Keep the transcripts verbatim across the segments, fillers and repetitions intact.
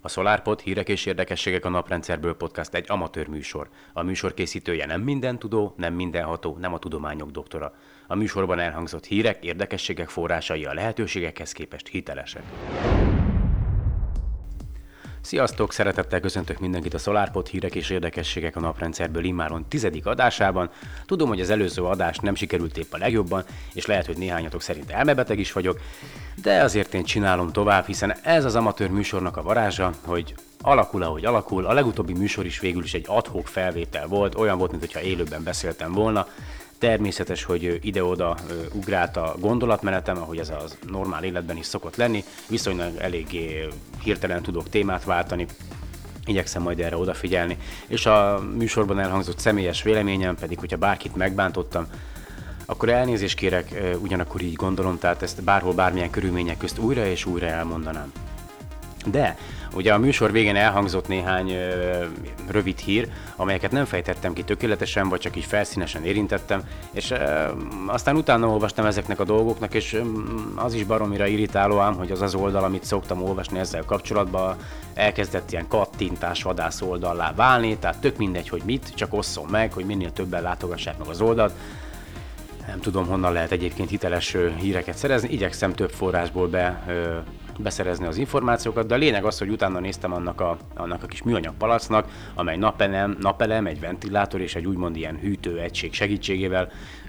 A SolarPod hírek és érdekességek a naprendszerből podcast egy amatőr műsor. A műsor készítője nem mindentudó, nem mindenható, nem a tudományok doktora. A műsorban elhangzott hírek, érdekességek forrásai a lehetőségekhez képest hitelesek. Sziasztok! Szeretettel köszöntök mindenkit a SolarPod hírek és érdekességek a naprendszerből immáron tizedik adásában. Tudom, hogy az előző adást nem sikerült épp a legjobban, és lehet, hogy néhányatok szerint elmebeteg is vagyok, de azért én csinálom tovább, hiszen ez az amatőr műsornak a varázsa, hogy alakul, ahogy alakul. A legutóbbi műsor is végül is egy ad-hoc felvétel volt, olyan volt, mintha élőben beszéltem volna. Természetes, hogy ide-oda ugrált a gondolatmenetem, ahogy ez a normál életben is szokott lenni, viszonylag eléggé hirtelen tudok témát váltani, igyekszem majd erre odafigyelni. És a műsorban elhangzott személyes véleményem pedig, hogyha bárkit megbántottam, akkor elnézést kérek, ugyanakkor így gondolom, tehát ezt bárhol, bármilyen körülmények közt újra és újra elmondanám. De ugye a műsor végén elhangzott néhány ö, rövid hír, amelyeket nem fejtettem ki tökéletesen, vagy csak így felszínesen érintettem, és ö, aztán utána olvastam ezeknek a dolgoknak, és ö, az is baromira irritáló ám, hogy az az oldal, amit szoktam olvasni ezzel kapcsolatban, elkezdett ilyen kattintás vadász oldallá válni, tehát tök mindegy, hogy mit, csak osszon meg, hogy minél többen látogassák meg az oldalt. Nem tudom, honnan lehet egyébként hiteles ö, híreket szerezni, igyekszem több forrásból be... Ö, beszerezni az információkat, de a lényeg az, hogy utána néztem annak a, annak a kis műanyag palacnak, amely napelem, napelem, egy ventilátor és egy úgymond ilyen hűtőegység segítségével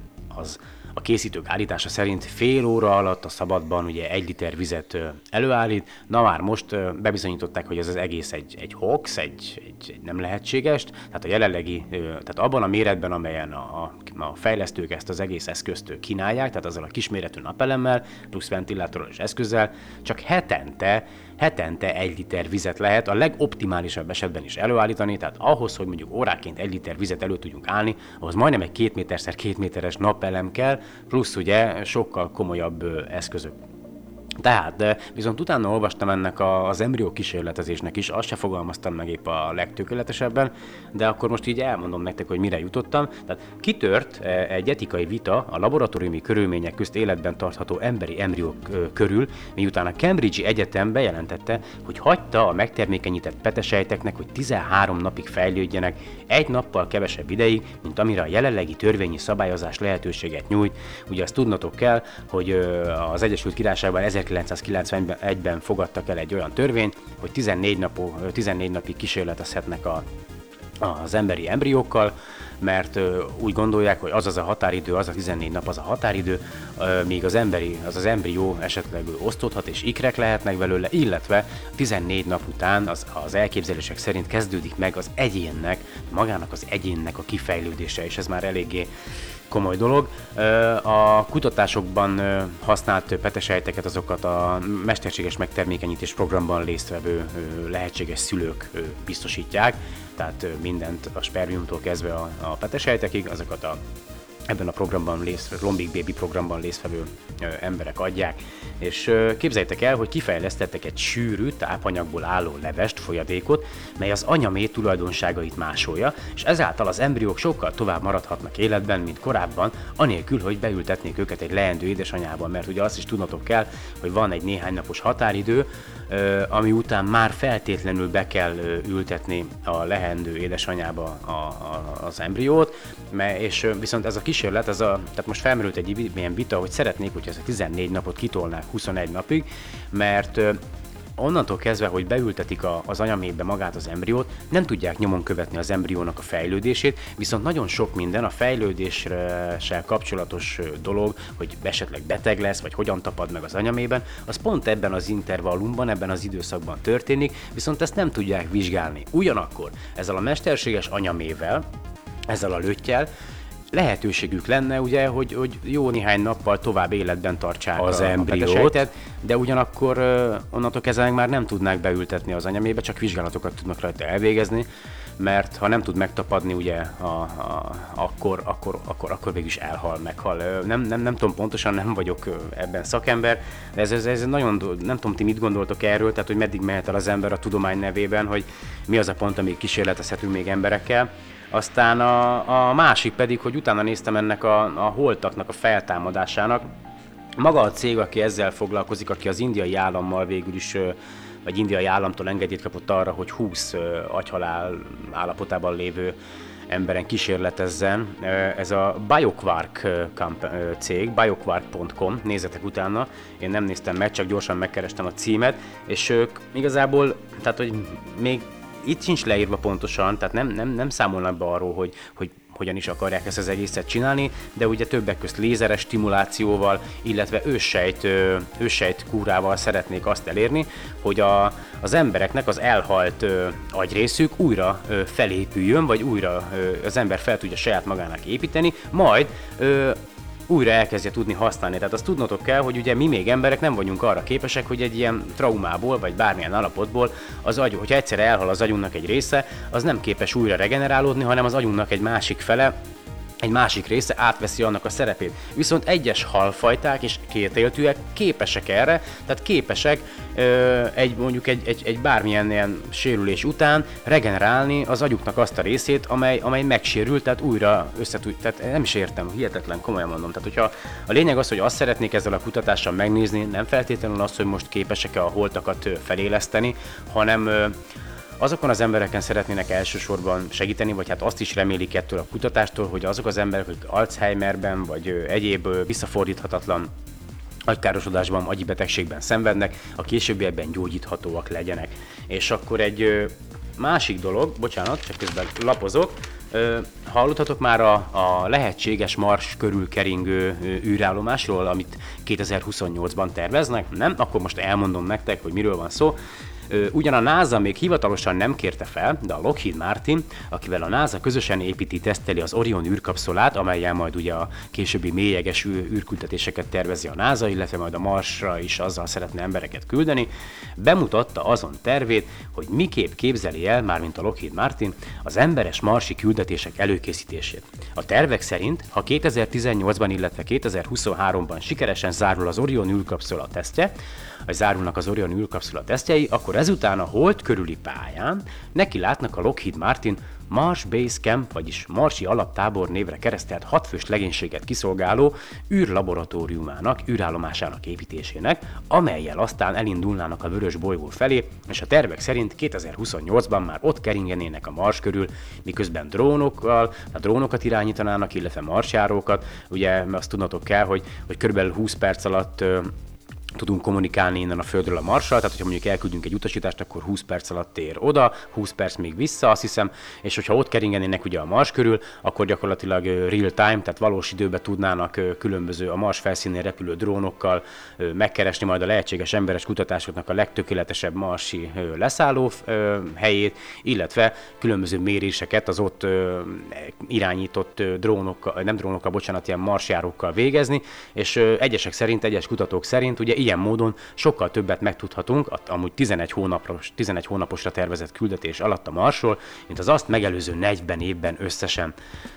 az a készítők állítása szerint fél óra alatt a szabadban ugye egy liter vizet előállít. Na már most bebizonyították, hogy ez az egész egy, egy hoax, egy, egy, egy nem lehetséges, tehát a jelenlegi, tehát abban a méretben, amelyen a, a fejlesztők ezt az egész eszközt kínálják, tehát azzal a kisméretű napelemmel, plusz ventilátorral és eszközzel, csak hetente, hetente egy liter vizet lehet a legoptimálisabb esetben is előállítani, tehát ahhoz, hogy mondjuk óráként egy liter vizet elő tudjunk állni, ahhoz majdnem egy két méterszer két méteres napelem kell, plusz ugye sokkal komolyabb eszközök. Tehát, de viszont utána olvastam ennek a, az embrió kísérletezésnek is, azt se fogalmaztam meg épp a legtökéletesebben, de akkor most így elmondom nektek, hogy mire jutottam. Tehát kitört egy etikai vita a laboratóriumi körülmények közt életben tartható emberi embriók körül, miután a Cambridge-i Egyetem bejelentette, hogy hagyta a megtermékenyített petesejteknek, hogy tizenhárom napig fejlődjenek, egy nappal kevesebb ideig, mint amire a jelenlegi törvényi szabályozás lehetőséget nyújt. Ugye azt tudnotok kell, hogy az Egyesült Királyságban ezerkilencszázkilencvenegyben fogadtak el egy olyan törvényt, hogy tizennégy, napó, tizennégy napig kísérletezhetnek a, az emberi embriókkal, mert úgy gondolják, hogy az az a határidő, az a tizennégy nap az a határidő, míg az emberi, az az embrió esetleg osztódhat és ikrek lehetnek belőle, illetve tizennégy nap után az, az elképzelések szerint kezdődik meg az egyénnek, magának az egyénnek a kifejlődése, és ez már eléggé komoly dolog. A kutatásokban használt petesejteket azokat a mesterséges megtermékenyítés programban résztvevő lehetséges szülők biztosítják, tehát mindent a spermiumtól kezdve a, a petesejtekig, azokat a ebben a programban résztvevő, Lombik Baby programban résztvevő ö, emberek adják, és ö, képzeljétek el, hogy kifejlesztettek egy sűrű, tápanyagból álló levest, folyadékot, mely az anyamé tulajdonságait másolja, és ezáltal az embriók sokkal tovább maradhatnak életben, mint korábban, anélkül, hogy beültetnék őket egy leendő édesanyában, mert ugye azt is tudnotok kell, hogy van egy néhány napos határidő, ö, ami után már feltétlenül be kell ö, ültetni a leendő édesanyába a, a, az embriót, mely, és ö, viszont ez a kísérlet, ez a, tehát most felmerült egy ilyen vita, hogy szeretnék, hogy ez a tizennégy napot kitolnák huszonegy napig, mert ö, onnantól kezdve, hogy beültetik a, az anyamébe magát az embriót, nem tudják nyomon követni az embriónak a fejlődését, viszont nagyon sok minden a fejlődéssel kapcsolatos dolog, hogy esetleg beteg lesz, vagy hogyan tapad meg az anyamében, az pont ebben az intervallumban, ebben az időszakban történik, viszont ezt nem tudják vizsgálni. Ugyanakkor ezzel a mesterséges anyamével, ezzel a löttyel, lehetőségük lenne, ugye, hogy, hogy jó néhány nappal tovább életben tartsák az a, embriót, a de ugyanakkor uh, onnantól kezdve már nem tudnák beültetni az anyamébe, csak vizsgálatokat tudnak rajta elvégezni, mert ha nem tud megtapadni, ugye, a, a, akkor, akkor, akkor, akkor végül is elhal, meghal. Nem, nem, nem tudom pontosan, nem vagyok ebben szakember, de ez, ez, ez nagyon, nem tudom, ti mit gondoltok erről, tehát hogy meddig mehet el az ember a tudomány nevében, hogy mi az a pont, amíg kísérletezhetünk még emberekkel. Aztán a, a másik pedig, hogy utána néztem ennek a, a holtaknak a feltámadásának. Maga a cég, aki ezzel foglalkozik, aki az indiai állammal végül is vagy indiai államtól engedélyt kapott arra, hogy húsz agyhalál állapotában lévő emberen kísérletezzen. Ez a BioQuark cég, bioquark pont com, nézzetek utána, én nem néztem meg, csak gyorsan megkerestem a címet, és ők igazából, tehát hogy még itt sincs leírva pontosan, tehát nem, nem, nem számolnak be arról, hogy, hogy hogyan is akarják ezt az egészet csinálni, de ugye többek közt lézeres stimulációval, illetve őssejt, őssejt kúrával szeretnék azt elérni, hogy a, az embereknek az elhalt ö, agyrészük újra ö, felépüljön, vagy újra ö, az ember fel tudja saját magának építeni, majd ö, újra elkezdje tudni használni. Tehát azt tudnotok kell, hogy ugye mi még emberek nem vagyunk arra képesek, hogy egy ilyen traumából, vagy bármilyen állapotból az agy, hogyha egyszer elhal az agyunknak egy része, az nem képes újra regenerálódni, hanem az agyunknak egy másik fele, egy másik része átveszi annak a szerepét. Viszont egyes halfajták és kétéltűek képesek erre, tehát képesek ö, egy, mondjuk egy, egy, egy bármilyen ilyen sérülés után regenerálni az agyuknak azt a részét, amely, amely megsérült, tehát újra összetud, tehát nem is értem, hihetetlen, komolyan mondom. Tehát hogyha a lényeg az, hogy azt szeretnék ezzel a kutatással megnézni, nem feltétlenül az, hogy most képesek-e a holtakat feléleszteni, hanem ö, azokon az embereken szeretnének elsősorban segíteni, vagy hát azt is remélik ettől a kutatástól, hogy azok az emberek, akik Alzheimerben, vagy egyéb visszafordíthatatlan agykárosodásban, agyi betegségben szenvednek, a későbbiekben gyógyíthatóak legyenek. És akkor egy másik dolog, bocsánat, csak közben lapozok, hallottatok már a, a lehetséges Mars körül keringő űrállomásról, amit kétezer-huszonnyolcban terveznek? Nem? Akkor most elmondom nektek, hogy miről van szó. Ugyan a NASA még hivatalosan nem kérte fel, de a Lockheed Martin, akivel a NASA közösen építi, teszteli az Orion űrkapszulát, amellyel majd ugye a későbbi mélyeges űrkültetéseket tervezi a NASA, illetve majd a Marsra is azzal szeretne embereket küldeni, bemutatta azon tervét, hogy miképp képzeli el, mármint a Lockheed Martin, az emberes marsi küldetések előkészítését. A tervek szerint, ha kétezer-tizennyolcban, illetve kétezer-huszonháromban sikeresen zárul az Orion űrkapszula tesztje, vagy zárulnak az Orion űrkapszula tesztjei, akkor ezután a Hold körüli pályán neki látnak a Lockheed Martin Mars Base Camp, vagyis Marsi Alaptábor névre keresztelt hatfős legénységet kiszolgáló űrlaboratóriumának, űrállomásának építésének, amellyel aztán elindulnának a vörös bolygó felé, és a tervek szerint kétezer-huszonnyolcban már ott keringenének a Mars körül, miközben drónokkal, a drónokat irányítanának, illetve marsjárókat. Ugye azt tudnotok kell, hogy, hogy körülbelül húsz perc alatt tudunk kommunikálni innen a Földről a Marssal, tehát hogyha mondjuk elküldünk egy utasítást, akkor húsz perc alatt ér oda, húsz perc még vissza, azt hiszem, és hogyha ott keringenének ugye a Mars körül, akkor gyakorlatilag real time, tehát valós időben tudnának különböző a Mars felszínén repülő drónokkal megkeresni majd a lehetséges emberes kutatásoknak a legtökéletesebb marsi leszálló helyét, illetve különböző méréseket az ott irányított drónokkal, nem drónokkal, bocsánat, ilyen marsjárókkal végezni, és egyesek szerint, egyes kutatók szerint ugye ilyen módon sokkal többet megtudhatunk, amúgy tizenegy hónapos, tizenegy hónaposra tervezett küldetés alatt a Marsról, mint az azt megelőző negyven évben összesen.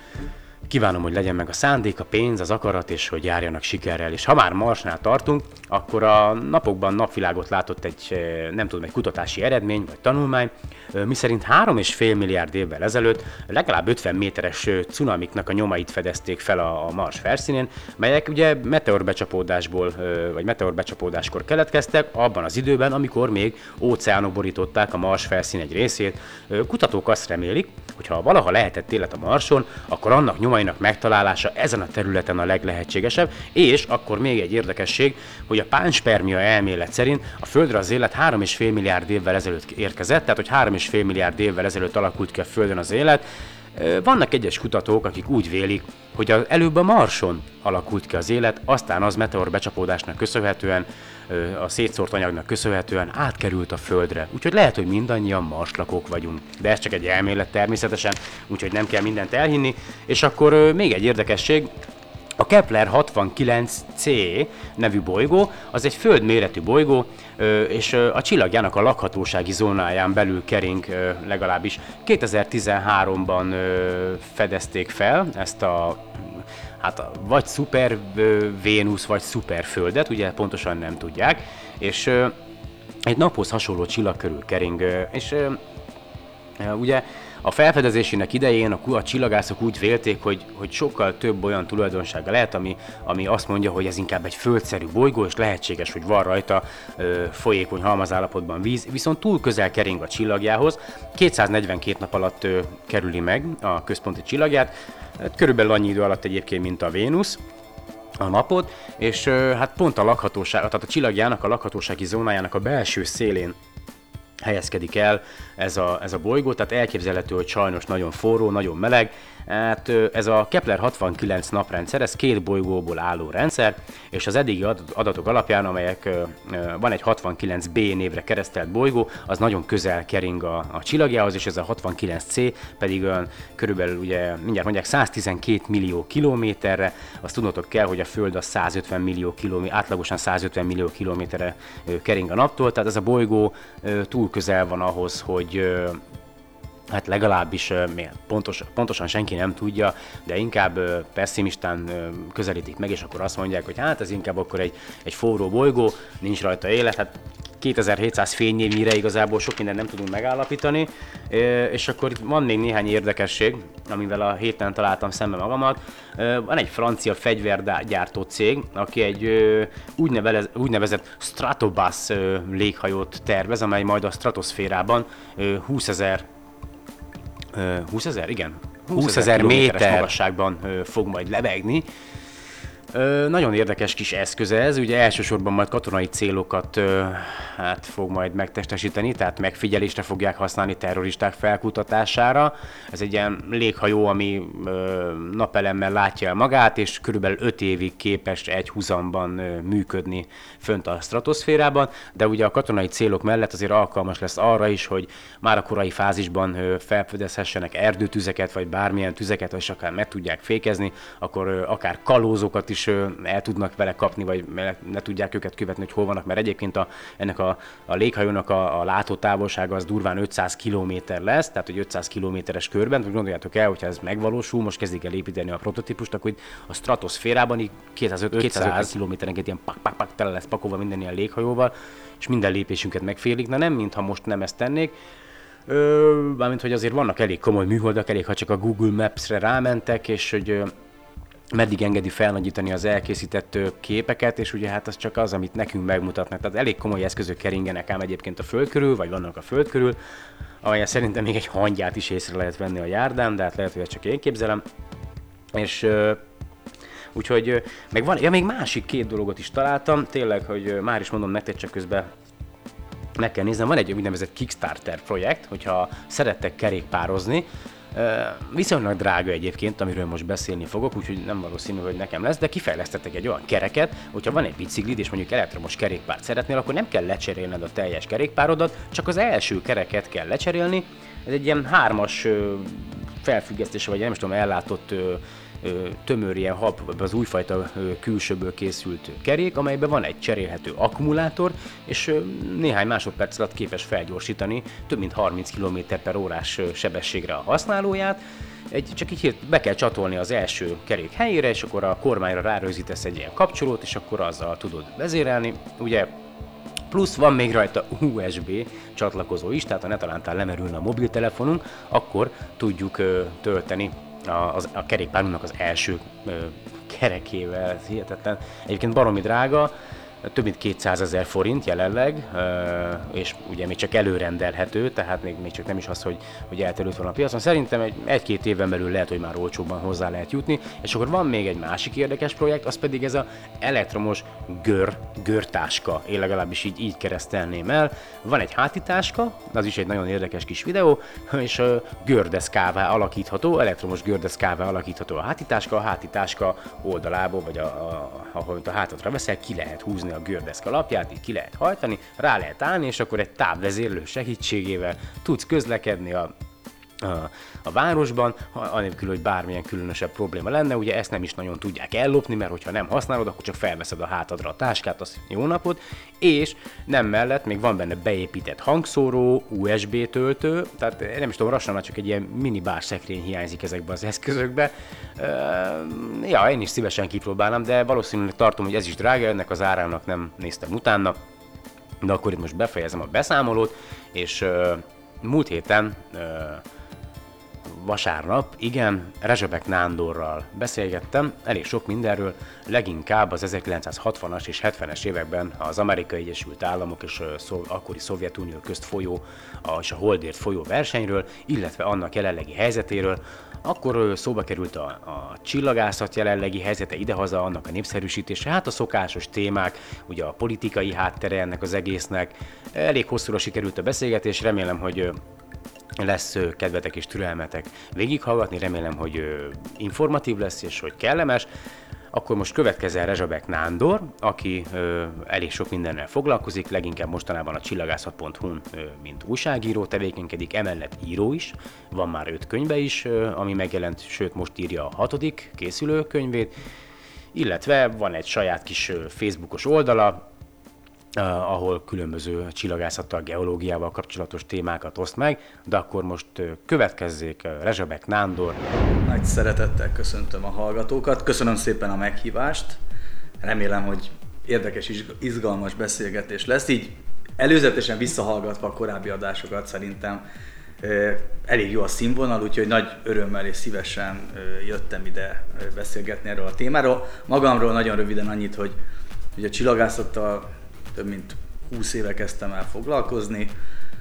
Kívánom, hogy legyen meg a szándék, a pénz, az akarat, és hogy járjanak sikerrel. És ha már Marsnál tartunk, akkor a napokban napvilágot látott egy, nem tudom, egy kutatási eredmény, vagy tanulmány, miszerint három és fél milliárd évvel ezelőtt legalább ötven méteres cunamiknak a nyomait fedezték fel a Mars felszínén, melyek ugye meteorbecsapódásból, vagy meteorbecsapódáskor keletkeztek, abban az időben, amikor még óceánok borították a Mars felszín egy részét. Kutatók azt remélik, hogy ha valaha lehetett élet a Marson, akkor annak nyomainak megtalálása ezen a területen a leglehetségesebb, és akkor még egy érdekesség, hogy a pánspermia elmélet szerint a Földre az élet három és fél milliárd évvel ezelőtt érkezett, tehát hogy három és fél milliárd évvel ezelőtt alakult ki a Földön az élet. Vannak egyes kutatók, akik úgy vélik, hogy az előbb a Marson alakult ki az élet, aztán az meteorbecsapódásnak köszönhetően, a szétszórt anyagnak köszönhetően átkerült a Földre. Úgyhogy lehet, hogy mindannyian marslakók vagyunk. De ez csak egy elmélet természetesen, úgyhogy nem kell mindent elhinni. És akkor még egy érdekesség, a Kepler hatvankilenc C nevű bolygó, az egy földméretű bolygó, és a csillagjának a lakhatósági zónáján belül kering, legalábbis kétezer-tizenháromban fedezték fel ezt a, hát vagy szuper Vénusz, vagy szuper Földet, ugye pontosan nem tudják, és egy naphoz hasonló csillag körül kering, és ugye A felfedezésének idején a, a csillagászok úgy vélték, hogy, hogy sokkal több olyan tulajdonsága lehet, ami, ami azt mondja, hogy ez inkább egy földszerű bolygó, és lehetséges, hogy van rajta ö, folyékony halmazállapotban víz, viszont túl közel kering a csillagjához. kétszáznegyvenkét nap alatt ö, kerüli meg a központi csillagját, körülbelül annyi idő alatt egyébként, mint a Vénusz a napot, és ö, hát pont a lakhatóság, tehát a csillagjának a lakhatósági zónájának a belső szélén helyezkedik el ez a, ez a bolygó, tehát elképzelhető, hogy sajnos nagyon forró, nagyon meleg. Hát ez a Kepler hatvankilenc naprendszer, ez két bolygóból álló rendszer, és az eddigi adatok alapján, amelyek van egy hatvankilenc b névre keresztelt bolygó, az nagyon közel kering a, a csillagjához, és ez a hatvankilenc c pedig olyan körülbelül ugye mindjárt mondják száztizenkét millió kilométerre. Azt tudnotok kell, hogy a Föld a százötven millió kilométer, átlagosan százötven millió kilométerre kering a naptól, tehát ez a bolygó túl közel van ahhoz, hogy hát legalábbis pontos, pontosan senki nem tudja, de inkább pessimistán közelítik meg, és akkor azt mondják, hogy hát ez inkább akkor egy, egy forró bolygó, nincs rajta élet, hát kétezer-hétszáz fényévnyire igazából sok mindent nem tudunk megállapítani, és akkor itt van még néhány érdekesség, amivel a héten találtam szembe magamat. Van egy francia fegyvergyártó cég, aki egy úgynevezett, úgynevezett Stratobus léghajót tervez, amely majd a stratoszférában húszezer húszezer, igen, húszezer méteres magasságban ö, fog majd lebegni. Ö, nagyon érdekes kis eszköz ez, ugye elsősorban majd katonai célokat ö, hát fog majd megtestesíteni, tehát megfigyelésre fogják használni, terroristák felkutatására. Ez egy ilyen léghajó, ami ö, napelemmel látja el magát, és körülbelül öt évig képes egy huzamban ö, működni fönt a stratoszférában, de ugye a katonai célok mellett azért alkalmas lesz arra is, hogy már a korai fázisban ö, felfedezhessenek erdőtüzeket, vagy bármilyen tüzeket, és akár meg tudják fékezni, akkor ö, akár kalózokat is el tudnak vele kapni, vagy ne tudják őket követni, hogy hol vannak, mert egyébként a, ennek a, a léghajónak a, a látótávolsága az durván ötszáz kilométer lesz, tehát hogy ötszáz kilométeres körben, hogy gondoljátok el, hogyha ez megvalósul, most kezdik el építeni a prototípust, akkor a stratoszférában így kétszázötven kilométerenként ilyen pak-pak-pak tele lesz pakolva minden ilyen léghajóval, és minden lépésünket megfélik. Na nem, mintha most nem ezt tennék, mármint hogy azért vannak elég komoly műholdak, elég ha csak a Google Maps-re rámentek, és hogy meddig engedi felnagyítani az elkészített képeket, és ugye hát az csak az, amit nekünk megmutatnak. Tehát elég komoly eszközök keringenek ám egyébként a Föld körül, vagy vannak a Föld körül, amelyen szerintem még egy hangyát is észre lehet venni a járdán, de hát lehet, hogy ezt csak én képzelem. És uh, úgyhogy, uh, meg van, ja, még másik két dologot is találtam, tényleg, hogy uh, már is mondom nektek, csak közben meg kell néznem, van egy úgynevezett Kickstarter projekt, hogyha szerettek kerékpározni, viszonylag drága egyébként, amiről most beszélni fogok, úgyhogy nem valószínű, hogy nekem lesz, de kifejlesztettek egy olyan kereket, hogyha van egy biciklid és mondjuk elektromos kerékpárt szeretnél, akkor nem kell lecserélned a teljes kerékpárodat, csak az első kereket kell lecserélni. Ez egy ilyen hármas felfüggesztése, vagy nem is tudom, ellátott tömör ilyen hab, az újfajta külsőből készült kerék, amelyben van egy cserélhető akkumulátor, és néhány másodperc alatt képes felgyorsítani több mint harminc kilométer per órás sebességre a használóját. Egy, csak így be kell csatolni az első kerék helyére, és akkor a kormányra rárögzítesz egy ilyen kapcsolót, és akkor azzal tudod vezérelni. Ugye plusz van még rajta u es bé csatlakozó is, tehát ha netalántán lemerülne a mobiltelefonunk, akkor tudjuk ö, tölteni a, a, a kerékpárunknak az első ö, kerekével. Ez hihetetlen. Egyébként baromi drága, több mint kétszázezer forint jelenleg, és ugye még csak előrendelhető, tehát még, még csak nem is az, hogy, hogy elterült van a piacon. Szerintem egy, egy-két éven belül lehet, hogy már olcsóbban hozzá lehet jutni. És akkor van még egy másik érdekes projekt, az pedig ez az elektromos gör, görtáska. Én legalábbis így, így keresztelném el. Van egy hátitáska, az is egy nagyon érdekes kis videó, és gördeszkává alakítható, elektromos gördeszkává alakítható a hátitáska. A hátitáska oldalából, vagy a, a, ahol a hátadra veszel, ki lehet húzni a gördeszka lapját, így ki lehet hajtani, rá lehet állni, és akkor egy távvezérlő segítségével tudsz közlekedni a, a, a városban, anélkül, hogy bármilyen különösebb probléma lenne. Ugye ezt nem is nagyon tudják ellopni, mert hogyha nem használod, akkor csak felveszed a hátadra a táskát, az jó napot, és nem mellett még van benne beépített hangszóró, u es bé töltő, tehát nem is tudom, lassan már csak egy ilyen mini bárszekrény hiányzik ezekbe az eszközökbe. Uh, ja, én is szívesen kipróbálnám, de valószínűleg tartom, hogy ez is drága, ennek az árának nem néztem utána, de akkor itt most befejezem a beszámolót, és uh, múlt héten uh, vasárnap, igen, Rezsebek Nándorral beszélgettem, elég sok mindenről, leginkább az ezerkilencszázhatvanas és hetvenes években az Amerikai Egyesült Államok és a szov- akkori Szovjetunió közt folyó a, és a Holdért folyó versenyről, illetve annak jelenlegi helyzetéről. Akkor szóba került a, a csillagászat jelenlegi helyzete idehaza, annak a népszerűsítése, hát a szokásos témák, ugye a politikai háttere ennek az egésznek. Elég hosszúra sikerült a beszélgetés, remélem, hogy lesz kedvetek és türelmetek végighallgatni, remélem, hogy informatív lesz és hogy kellemes. Akkor most következzen Rezsebek Nándor, aki ö, elég sok mindennel foglalkozik, leginkább mostanában a csillagászat pont hu-n ö, mint újságíró tevékenykedik, emellett író is, van már öt könyve is, ö, ami megjelent, sőt most írja a hatodik készülő könyvét, illetve van egy saját kis ö, Facebookos oldala, Uh, ahol különböző csillagászattal, geológiával kapcsolatos témákat oszt meg, de akkor most uh, következzék uh, Rezsebek Nándor. Nagy szeretettel köszöntöm a hallgatókat, köszönöm szépen a meghívást, remélem, hogy érdekes, izgalmas beszélgetés lesz, így előzetesen visszahallgatva a korábbi adásokat szerintem uh, elég jó a színvonal, úgyhogy nagy örömmel és szívesen uh, jöttem ide uh, beszélgetni erről a témáról. Magamról nagyon röviden annyit, hogy, hogy a csillagászattal több mint húsz éve kezdtem el foglalkozni.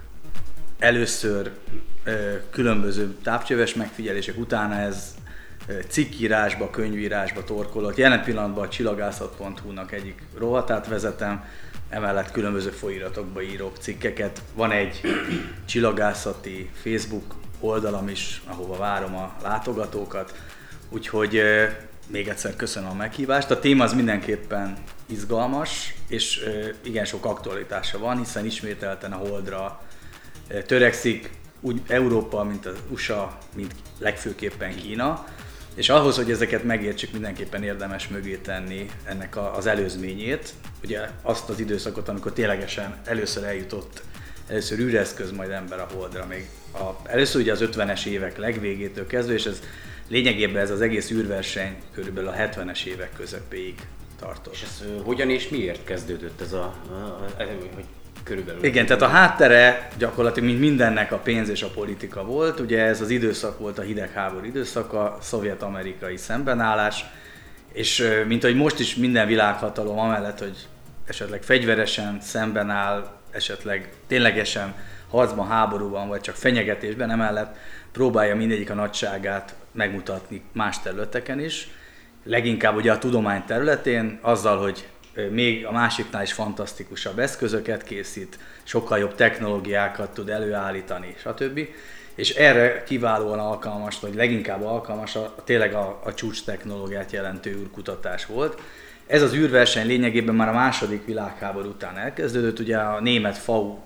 Először ö, különböző távcsöves megfigyelések, utána ez ö, cikkírásba, könyvírásba torkolott. Jelen pillanatban a csillagászat pont hu-nak egyik rovatát vezetem, emellett különböző folyóiratokba írok cikkeket. Van egy csillagászati Facebook oldalam is, ahova várom a látogatókat. Úgyhogy ö, még egyszer köszönöm a meghívást. A téma az mindenképpen izgalmas, és igen sok aktualitása van, hiszen ismételten a Holdra törekszik úgy Európa, mint az u es á, mint legfőképpen Kína. És ahhoz, hogy ezeket megértsük, mindenképpen érdemes mögé tenni ennek az előzményét. Ugye azt az időszakot, amikor ténylegesen először eljutott, először űreszköz, majd ember a Holdra. Még a, először ugye az ötvenes évek legvégétől kezdve, és ez lényegében ez az egész űrverseny körülbelül a hetvenes évek közepéig tartott. És ez uh, hogyan és miért kezdődött ez a, a, a, a hogy körülbelül? Igen, tehát a háttere gyakorlatilag mint mindennek a pénz és a politika volt. Ugye ez az időszak volt a hidegháború időszaka, szovjet-amerikai szembenállás, és uh, mint ahogy most is minden világhatalom amellett, hogy esetleg fegyveresen szemben áll, esetleg ténylegesen harcban, háborúban, vagy csak fenyegetésben, emellett próbálja mindegyik a nagyságát megmutatni más területeken is. Leginkább ugye a tudomány területén, azzal, hogy még a másiknál is fantasztikusabb eszközöket készít, sokkal jobb technológiákat tud előállítani, stb. És erre kiválóan alkalmas, vagy leginkább alkalmas a, tényleg a, a csúcs technológiát jelentő űrkutatás volt. Ez az űrverseny lényegében már a második világháború után elkezdődött, ugye a német FAU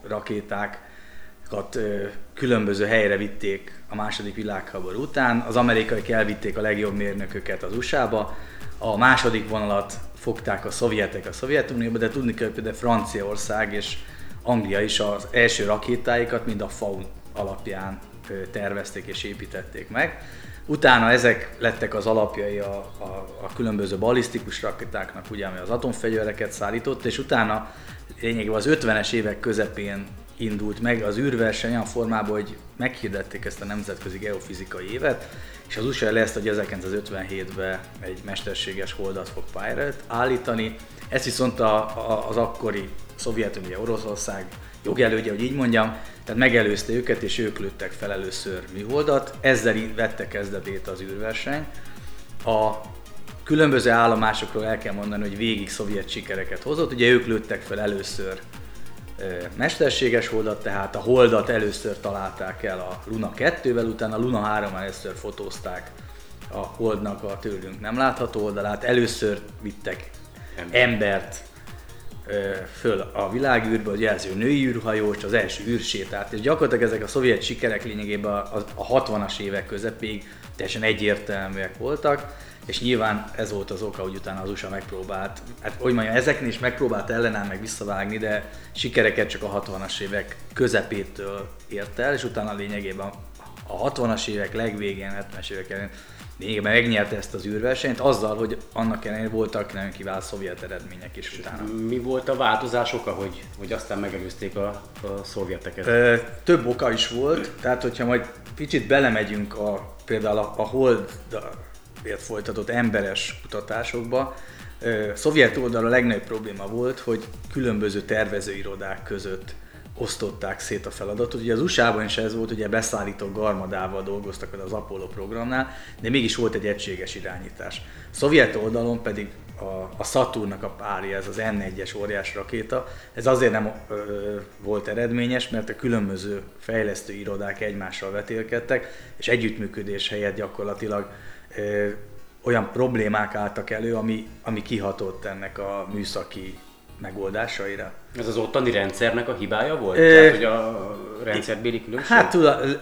rakétákat ö, különböző helyre vitték a második világháború után, az amerikaiak elvitték a legjobb mérnököket az u es á-ba, a második vonalat fogták a szovjetek a Szovjetunióba, de tudni kell, hogy például Franciaország és Anglia is az első rakétáikat mind a FAU alapján ö, tervezték és építették meg. Utána ezek lettek az alapjai a, a, a különböző ballisztikus rakétáknak, ugye, ami az atomfegyvereket szállított, és utána lényegében az ötvenes évek közepén indult meg az űrverseny olyan formában, hogy meghirdették ezt a nemzetközi geofizikai évet, és az u es á lesz, hogy ezerkilencszázötvenhétben egy mesterséges holdat fog pályára állítani. Ezt viszont a, a, az akkori Szovjetunió, Oroszország jogelődje, hogy így mondjam, tehát megelőzte őket, és ők lőttek fel először műholdat, ezzel vette kezdetét az űrverseny. A különböző állomásokról el kell mondani, hogy végig szovjet sikereket hozott, ugye ők lőttek fel először mesterséges holdat, tehát a holdat először találták el a Luna kettővel, utána a Luna hárommal először fotózták a holdnak a tőlünk nem látható oldalát, először vittek embert föl a világűrbe, az első női űrhajós, az első űrsétát, és gyakorlatilag ezek a szovjet sikerek lényegében a, a hatvanas évek közepéig teljesen egyértelműek voltak, és nyilván ez volt az oka, hogy utána az u es á megpróbált, hát hogy mondjam, ezeknél is megpróbált ellenáll meg visszavágni, de sikereket csak a hatvanas évek közepétől ért el, és utána lényegében a a hatvanas évek legvégén, hetvenes évek elején még megnyerte ezt az űrversenyt, azzal, hogy annak ellenére voltak nagyon kiváló szovjet eredmények is utána. Mi volt a változás oka, hogy, hogy aztán megelőzték a, a szovjeteket? Ö, több oka is volt, tehát hogyha majd kicsit belemegyünk a, például a, a Holdért folytatott emberes kutatásokba, ö, szovjet oldalon a legnagyobb probléma volt, hogy különböző tervezőirodák között osztották szét a feladatot. Ugye az u es á-ban is ez volt, ugye beszállító garmadával dolgoztak az Apollo programnál, de mégis volt egy egységes irányítás. A szovjet oldalon pedig a, a Saturnnak a párja, ez az en egyes óriás rakéta, ez azért nem ö, volt eredményes, mert a különböző fejlesztő irodák egymással vetélkedtek, és együttműködés helyett gyakorlatilag ö, olyan problémák álltak elő, ami, ami kihatott ennek a műszaki megoldásaira. Ez az ottani rendszernek a hibája volt? E, Tehát, hogy a rendszerbéli különbség? Hát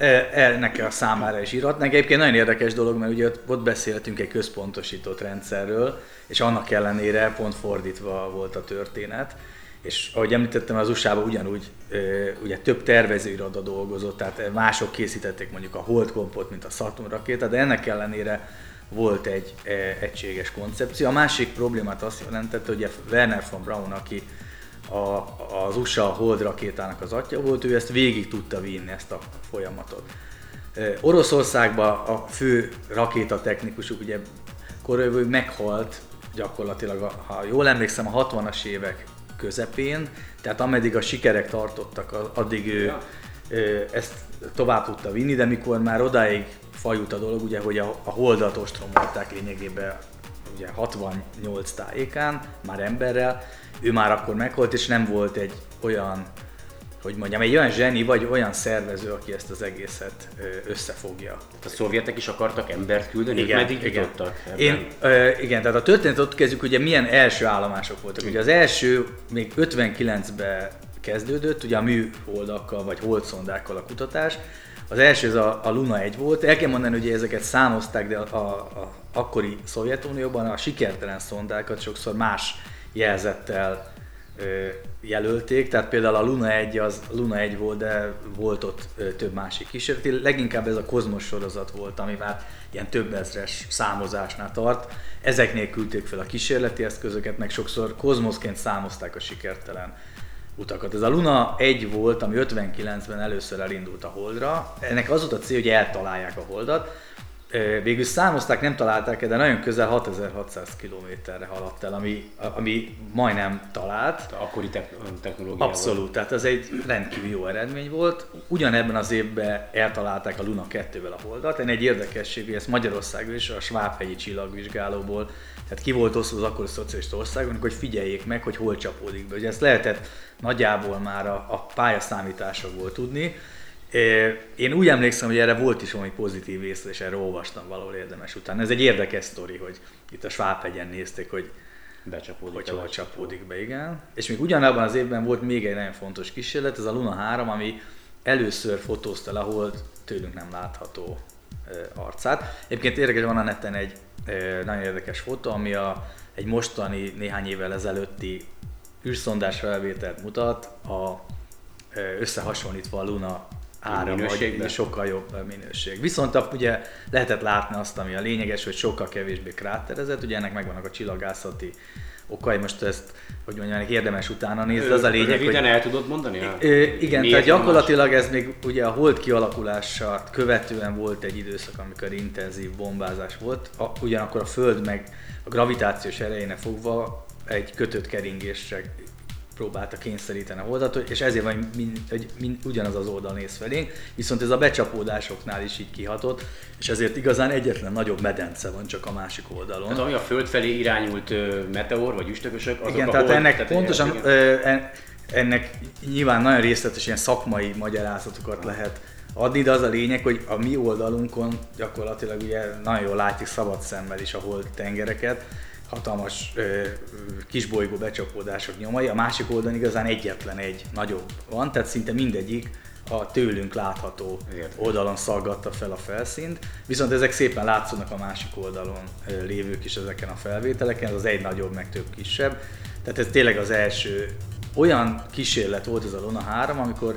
ennek a számára is írhatnánk. Egyébként nagyon érdekes dolog, mert ugye ott beszéltünk egy központosított rendszerről, és annak ellenére pont fordítva volt a történet. És ahogy említettem, az u es á-ban ugyanúgy ugye több tervezőiroda dolgozott, tehát mások készítették mondjuk a Hold kompot, mint a Saturn rakétát, de ennek ellenére volt egy e, egységes koncepció. A másik problémát azt jelentette, hogy Wernher von Braun, aki a, az u es á Hold rakétának az atya volt, ő ezt végig tudta vinni, ezt a folyamatot. E, Oroszországban a fő rakétatechnikusuk, ugye Korolyev meghalt gyakorlatilag, ha jól emlékszem, a hatvanas évek közepén, tehát ameddig a sikerek tartottak, addig ő ja. ezt tovább tudta vinni, de mikor már odáig fajult a dolog, ugye, hogy a, a Holdat ostromolták lényegében ugye hatvannyolc tájékán, már emberrel, ő már akkor meghalt, és nem volt egy olyan, hogy mondjam, egy olyan zseni, vagy olyan szervező, aki ezt az egészet összefogja. Tehát a szovjetek is akartak embert küldeni, igen, meddig jutottak? Én, ö, igen, tehát a történetet ott kezdjük, ugye milyen első állomások voltak. Ugye az első még ötvenkilencben kezdődött, ugye a műholdakkal vagy holdszondákkal a kutatás. Az első az a, a Luna egy volt. El kell mondani, hogy ezeket számozták, de a, a, a akkori Szovjetunióban a sikertelen szondákat sokszor más jelzettel ö, jelölték. Tehát például a Luna egy az Luna egy volt, de volt ott ö, több másik kísérlet. Leginkább ez a Kozmosz sorozat volt, ami már ilyen több ezres számozásnál tart. Ezeknél küldték fel a kísérleti eszközöket, meg sokszor kozmoszként számozták a sikertelen utakat. Ez a Luna egy volt, ami ötvenkilencben először elindult a Holdra. Ennek az volt a cél, hogy eltalálják a Holdat. Végül számozták, nem találták, de nagyon közel hatezer-hatszáz kilométerre haladt el, ami, ami majdnem talált. Akkori technológia Abszolút, volt. Tehát ez egy rendkívül jó eredmény volt. Ugyanebben az évben eltalálták a Luna kettővel a Holdat. Egy érdekesség, hogy ezt Magyarországon is a Svábhegyi csillagvizsgálóból, tehát ki volt osztva az akkori szocialista országoknak, hogy figyeljék meg, hogy hol csapódik be. Ugye ezt lehetett nagyjából már a, a pályaszámításokból tudni. Én úgy emlékszem, hogy erre volt is valami pozitív észre, és erre olvastam valahol érdemes után. Ez egy érdekes sztori, hogy itt a Svábhegyen nézték, hogy becsapódik, hogy hol csapódik be, igen. És még ugyanabban az évben volt még egy nagyon fontos kísérlet, ez a Luna három, ami először fotózta le a Hold tőlünk nem látható arcát. Egyébként érdekes, van a neten egy nagyon érdekes fotó, ami a, egy mostani, néhány évvel ezelőtti űrszondás felvételt mutat, a, összehasonlítva a Luna három, vagy sokkal jobb minőség. Viszont ugye lehetett látni azt, ami a lényeges, hogy sokkal kevésbé kráterezett, ugye ennek megvannak a csillagászati okai, most ezt, hogy mondjam, érdemes utána nézni, az a lényeg, hogy... Röviden el tudod mondani? Ö, igen, tehát gyakorlatilag ez még ugye a Hold kialakulását követően volt egy időszak, amikor intenzív bombázás volt, a, ugyanakkor a Föld meg a gravitációs erejének fogva egy kötött keringésre próbálta kényszeríteni a Holdat, és ezért van, hogy ugyanaz az oldal néz felénk, viszont ez a becsapódásoknál is így kihatott, és ezért igazán egyetlen nagyobb medence van csak a másik oldalon. Tehát ami a Föld felé irányult meteor vagy üstökösök, azok igen, a tehát hold, ennek tehát pontosan, en, ennek nyilván nagyon részletes ilyen szakmai magyarázatokat lehet adni, de az a lényeg, hogy a mi oldalunkon gyakorlatilag ugye nagyon jól látjuk szabad szemmel is a Hold tengereket, hatalmas ö, kisbolygó becsapódások nyomai, a másik oldalon igazán egyetlen egy nagyobb van, tehát szinte mindegyik a tőlünk látható oldalon szaggatta fel a felszínt, viszont ezek szépen látszódnak a másik oldalon ö, lévők is ezeken a felvételeken, ez az egy nagyobb, meg több kisebb, tehát ez tényleg az első olyan kísérlet volt ez a Luna három, amikor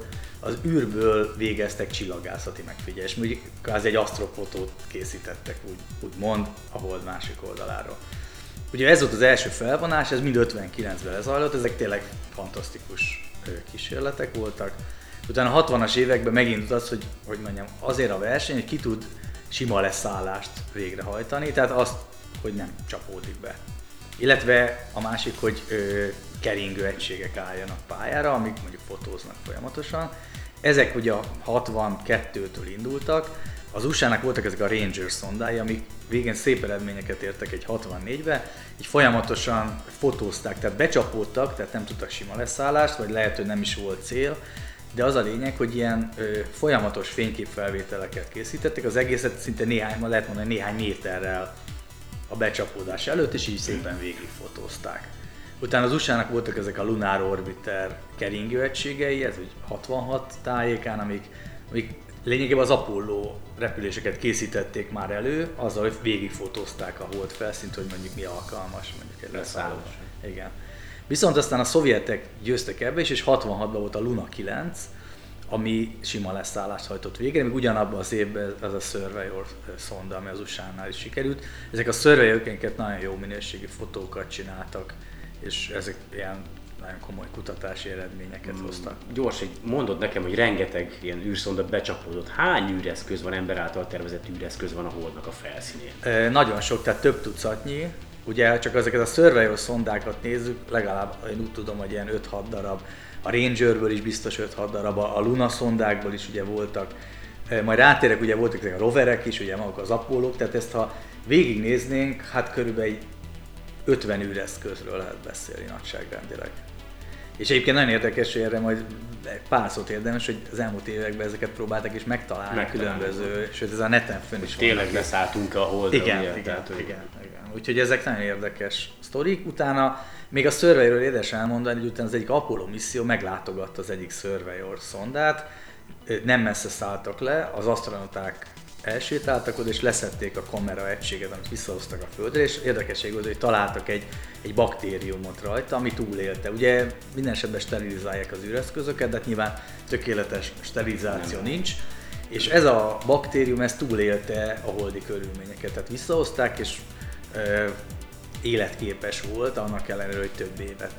az űrből végeztek csillagászati megfigyelést, mondjuk kvázi egy asztrofotót készítettek, úgy, úgy mond, a hold másik oldaláról. Ugye ez volt az első felvonás, ez mind ötvenkilencben lezajlott, ezek tényleg fantasztikus kísérletek voltak. Utána a hatvanas években megindult az, hogy, hogy mondjam, azért a verseny, hogy ki tud sima leszállást végrehajtani, tehát azt, hogy nem csapódik be. Illetve a másik, hogy ö, keringő egységek álljanak pályára, amik mondjuk fotóznak folyamatosan. Ezek ugye a hatvankettőtől indultak, az u es á-nak voltak ezek a Ranger szondái, amik végén szép eredményeket értek egy hatvannégybe, így folyamatosan fotózták, tehát becsapódtak, tehát nem tudtak sima leszállást, vagy lehet, hogy nem is volt cél, de az a lényeg, hogy ilyen ö, folyamatos fényképfelvételeket készítettek, az egészet szinte néhány, ma lehet mondani néhány méterrel a becsapódás előtt, és így szépen végigfotózták. Utána az u es á-nak voltak ezek a Lunar Orbiter keringőegységei, ez úgy hatvanhat tájékán, amik, amik lényegében az Apollo repüléseket készítették már elő, azzal, hogy végigfotózták a hold felszínt, hogy mondjuk mi alkalmas, mondjuk egy leszállás. Igen. Viszont aztán a szovjetek győztek ebbe is, és hatvanhatban volt a Luna kilenc, ami sima leszállást hajtott végre, még ugyanabban az évben az a Surveyor szonda, ami az u es á-nál is sikerült. Ezek a Surveyor-ként nagyon jó minőségű fotókat csináltak, és ezek ilyen nagyon komoly kutatási eredményeket hoztak. Gyors, hogy mondod nekem, hogy rengeteg ilyen űrszonda becsapódott. Hány űreszköz van, ember által tervezett űreszköz van a Holdnak a felszínén? E, nagyon sok, tehát több tucatnyi. Ugye csak ezeket a Surveyor szondákat nézzük, legalább én úgy tudom, hogy ilyen öt-hat darab. A Rangerből is biztos öt-hat darab, a Luna szondákból is ugye voltak. E, majd rátérek, ugye voltak ezek a roverek is, ugye maguk az Apollók, tehát ezt ha végignéznénk, hát körülbelül ötven űreszközről lehet beszélni nagyságrendileg. És egyébként nagyon érdekes, hogy erre majd pár szót érdemes, hogy az elmúlt években ezeket próbálták is megtalálni, megtalálni különböző, sőt ez a neten fönn is van. Tényleg leszálltunk a Holdra. Igen, ugye, igen, tehát, igen, igen, igen. Úgyhogy ezek nagyon érdekes sztorik. Utána még a Surveyorról érdemes elmondani, hogy utána az egyik Apollo misszió meglátogatta az egyik Surveyor szondát, nem messze szálltak le, az asztronauták elsétáltak oda, és leszették a kamera egységet, amit visszahoztak a Földre, és érdekesség volt, hogy találtak egy, egy baktériumot rajta, ami túlélte. Ugye minden esetben sterilizálják az űreszközöket, de hát nyilván tökéletes sterilizáció nem. nincs, és ez a baktérium ez túlélte a holdi körülményeket, tehát visszahozták, és ö, életképes volt, annak ellenére, hogy több évet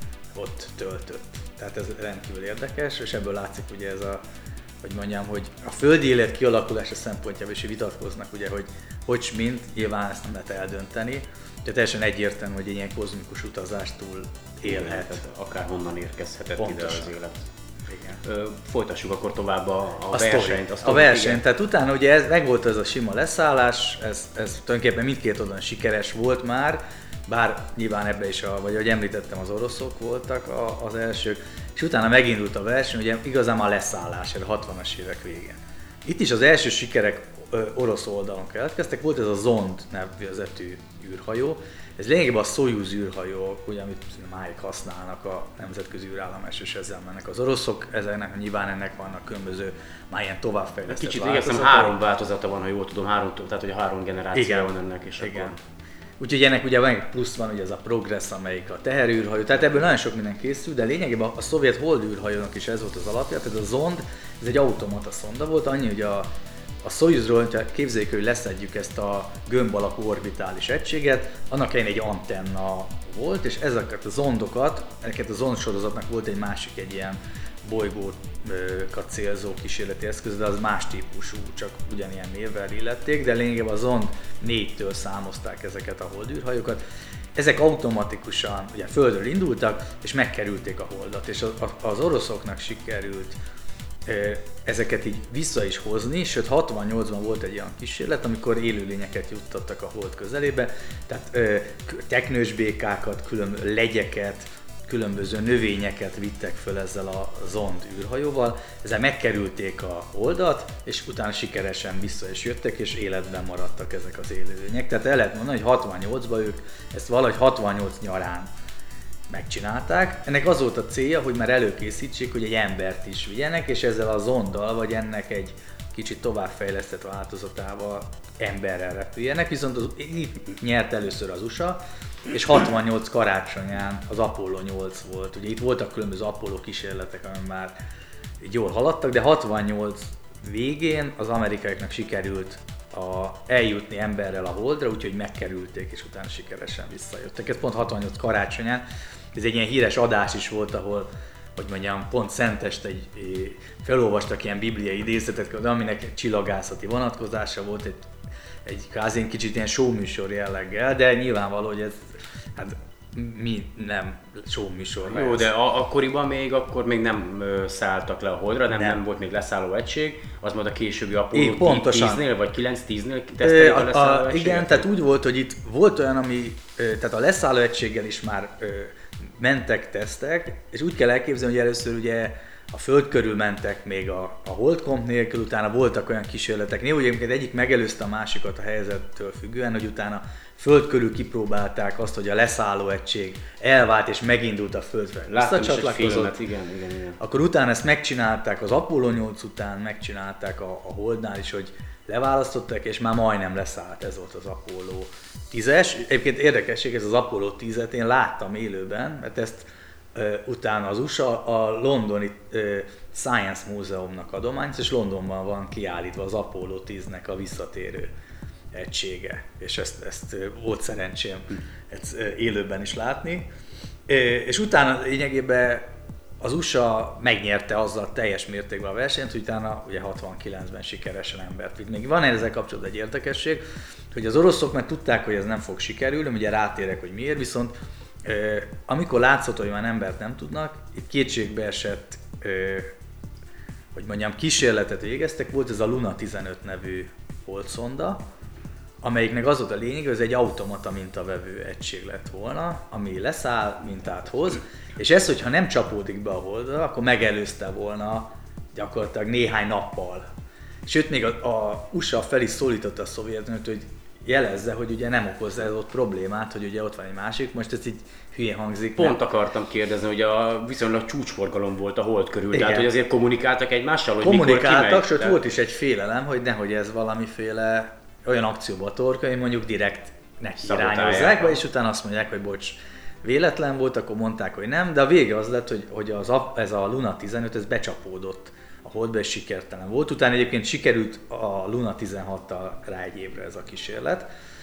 ott töltött. Tehát ez rendkívül érdekes, és ebből látszik ugye ez a hogy mondjam, hogy a földi élet kialakulása szempontjából is vitatkoznak, ugye, hogy hogy mint, nyilván ezt nem lehet eldönteni, de teljesen egyértelmű, hogy egy ilyen kozmikus utazás túl élhet. Akárhonnan érkezhetett Pontosan. ide az élet. Igen. Ö, folytassuk akkor tovább a, a, a versenyt. A, a versenyt, tehát utána ugye ez, megvolt ez a sima leszállás, ez, ez tulajdonképpen mindkét oldalon sikeres volt már, bár nyilván ebbe is, a, vagy ahogy említettem, az oroszok voltak a, az elsők, és utána megindult a verseny, ugye igazán a leszállás, a hatvanas évek végén. Itt is az első sikerek ö, orosz oldalon keletkeztek, volt ez a Zond nevezetű űrhajó, ez lényegében a Szojuz űrhajó, ugye, amit máig használnak a nemzetközi űrállomás, és ezzel mennek az oroszok, ezeknek nyilván ennek vannak különböző már ilyen továbbfejlesztett Kicsit igazán három változata van, ha jól tudom, három, tehát hogy a három generáció van ennek, és igen. Akkor... Úgyhogy ennek ugye van egy plusz van, ugye ez a Progress, amelyik a teherűrhajó, tehát ebből nagyon sok minden készül, de lényegében a szovjet hold űrhajónak is ez volt az alapja, tehát a Zond, ez egy automata szonda volt, annyi, hogy a, a Szojuzról, hogyha képzeljük, hogy leszedjük ezt a gömb alakú orbitális egységet, annak helyen egy antenna volt, és ezeket a zondokat, ezeket a Zond sorozatnak volt egy másik egy ilyen bolygókat célzó kísérleti eszköz, de az más típusú, csak ugyanilyen névvel illették, de lényegében a Zond négytől számozták ezeket a holdűrhajókat. Ezek automatikusan ugye Földről indultak, és megkerülték a Holdat, és az oroszoknak sikerült ezeket így vissza is hozni, sőt hatvannyolcban volt egy olyan kísérlet, amikor élőlényeket juttattak a Hold közelébe, tehát teknős békákat, különböző legyeket, különböző növényeket vittek föl ezzel a Zond űrhajóval, ezzel megkerülték a Holdat, és utána sikeresen vissza is jöttek, és életben maradtak ezek az élőlények. Tehát el lehet mondani, hogy hatvannyolcban ők ezt valahogy hatvannyolc nyarán megcsinálták. Ennek az volt a célja, hogy már előkészítsék, hogy egy embert is vigyenek, és ezzel a Zonddal, vagy ennek egy kicsit továbbfejlesztett változatával emberrel repüljenek, viszont az, itt nyert először az u es á, és hatvannyolc karácsonyán az Apollo nyolc volt. Ugye itt voltak különböző Apollo kísérletek, ami már így jól haladtak, de hatvannyolc végén az amerikaiaknak sikerült a, eljutni emberrel a Holdra, úgyhogy megkerülték, és utána sikeresen visszajöttek. Ez pont hatvannyolc karácsonyán, ez egy ilyen híres adás is volt, ahol, hogy mondjam, pont szentest egy, felolvastak ilyen bibliai idézetet, aminek csillagászati vonatkozása volt, egy, egy kázi kicsit ilyen showműsor jelleggel, de nyilvánvaló, hogy ez hát, mi nem showműsor. Jó, de a, akkoriban még, akkor még nem ö, szálltak le a Holdra, nem, nem. nem volt még leszálló egység, az majd a későbbi Apollo tíznél vagy kilenc tíznél tesztelik a leszálló egységet? Igen, tehát úgy volt, hogy itt volt olyan, ami, tehát a leszálló egységgel is már ö, mentek tesztek, és úgy kell elképzelni, hogy először ugye a Föld körül mentek még a, a holdkomp nélkül, utána voltak olyan kísérletek. Néha ugye egyik megelőzte a másikat a helyzettől függően, hogy utána Föld körül kipróbálták azt, hogy a leszálló egység elvált és megindult a Földre. Láttam is egy filmet, igen, igen, igen. Akkor utána ezt megcsinálták, az Apollo nyolc után megcsinálták a, a Holdnál is, hogy leválasztották, és már majdnem leszállt, ez volt az Apollo tízes. Egyébként érdekesség, ez az Apollo tízet én láttam élőben, mert ezt uh, utána az u es á a londoni uh, Science Múzeumnak adományt, és Londonban van kiállítva az Apollo tíznek a visszatérő egysége, és ezt, ezt uh, volt szerencsém ezt, uh, élőben is látni. Uh, és utána lényegében az u es á megnyerte azzal teljes mértékben a versenyt, hogy utána ugye hatvankilencben sikeresen embert vitt. Még van ezzel kapcsolatban egy érdekesség, hogy az oroszok már tudták, hogy ez nem fog sikerülni, ugye rátérek, hogy miért, viszont amikor látszott, hogy már embert nem tudnak, itt kétségbe esett, hogy mondjam, kísérletet végeztek, volt ez a Luna tizenöt nevű holdszonda, amelyiknek az volt a lényeg, hogy ez egy automata mintavevő egység lett volna, ami leszáll, mintát hoz, és ez, hogyha nem csapódik be a Holdra, akkor megelőzte volna gyakorlatilag néhány nappal. Sőt, még a, a u es á fel is szólította a Szovjetuniót, hogy jelezze, hogy ugye nem okozza ez ott problémát, hogy ugye ott van egy másik, most ez így hülyén hangzik. Pont nem? Akartam kérdezni, hogy a viszonylag csúcsforgalom volt a Hold körül, igen. Tehát hogy azért kommunikáltak egymással, hogy kommunikáltak, mikor kimegy. Sőt, volt is egy félelem, hogy nehogy ez valamiféle olyan akcióba torkolj, hogy mondjuk direkt neki irányozzák, és utána azt mondják, hogy bocs, véletlen volt, akkor mondták, hogy nem, de a vége az lett, hogy, hogy az, ez a Luna tizenöt ez becsapódott a Holdba, és sikertelen volt. Utána egyébként sikerült a Luna tizenhattal rá egy évre ez a kísérlet.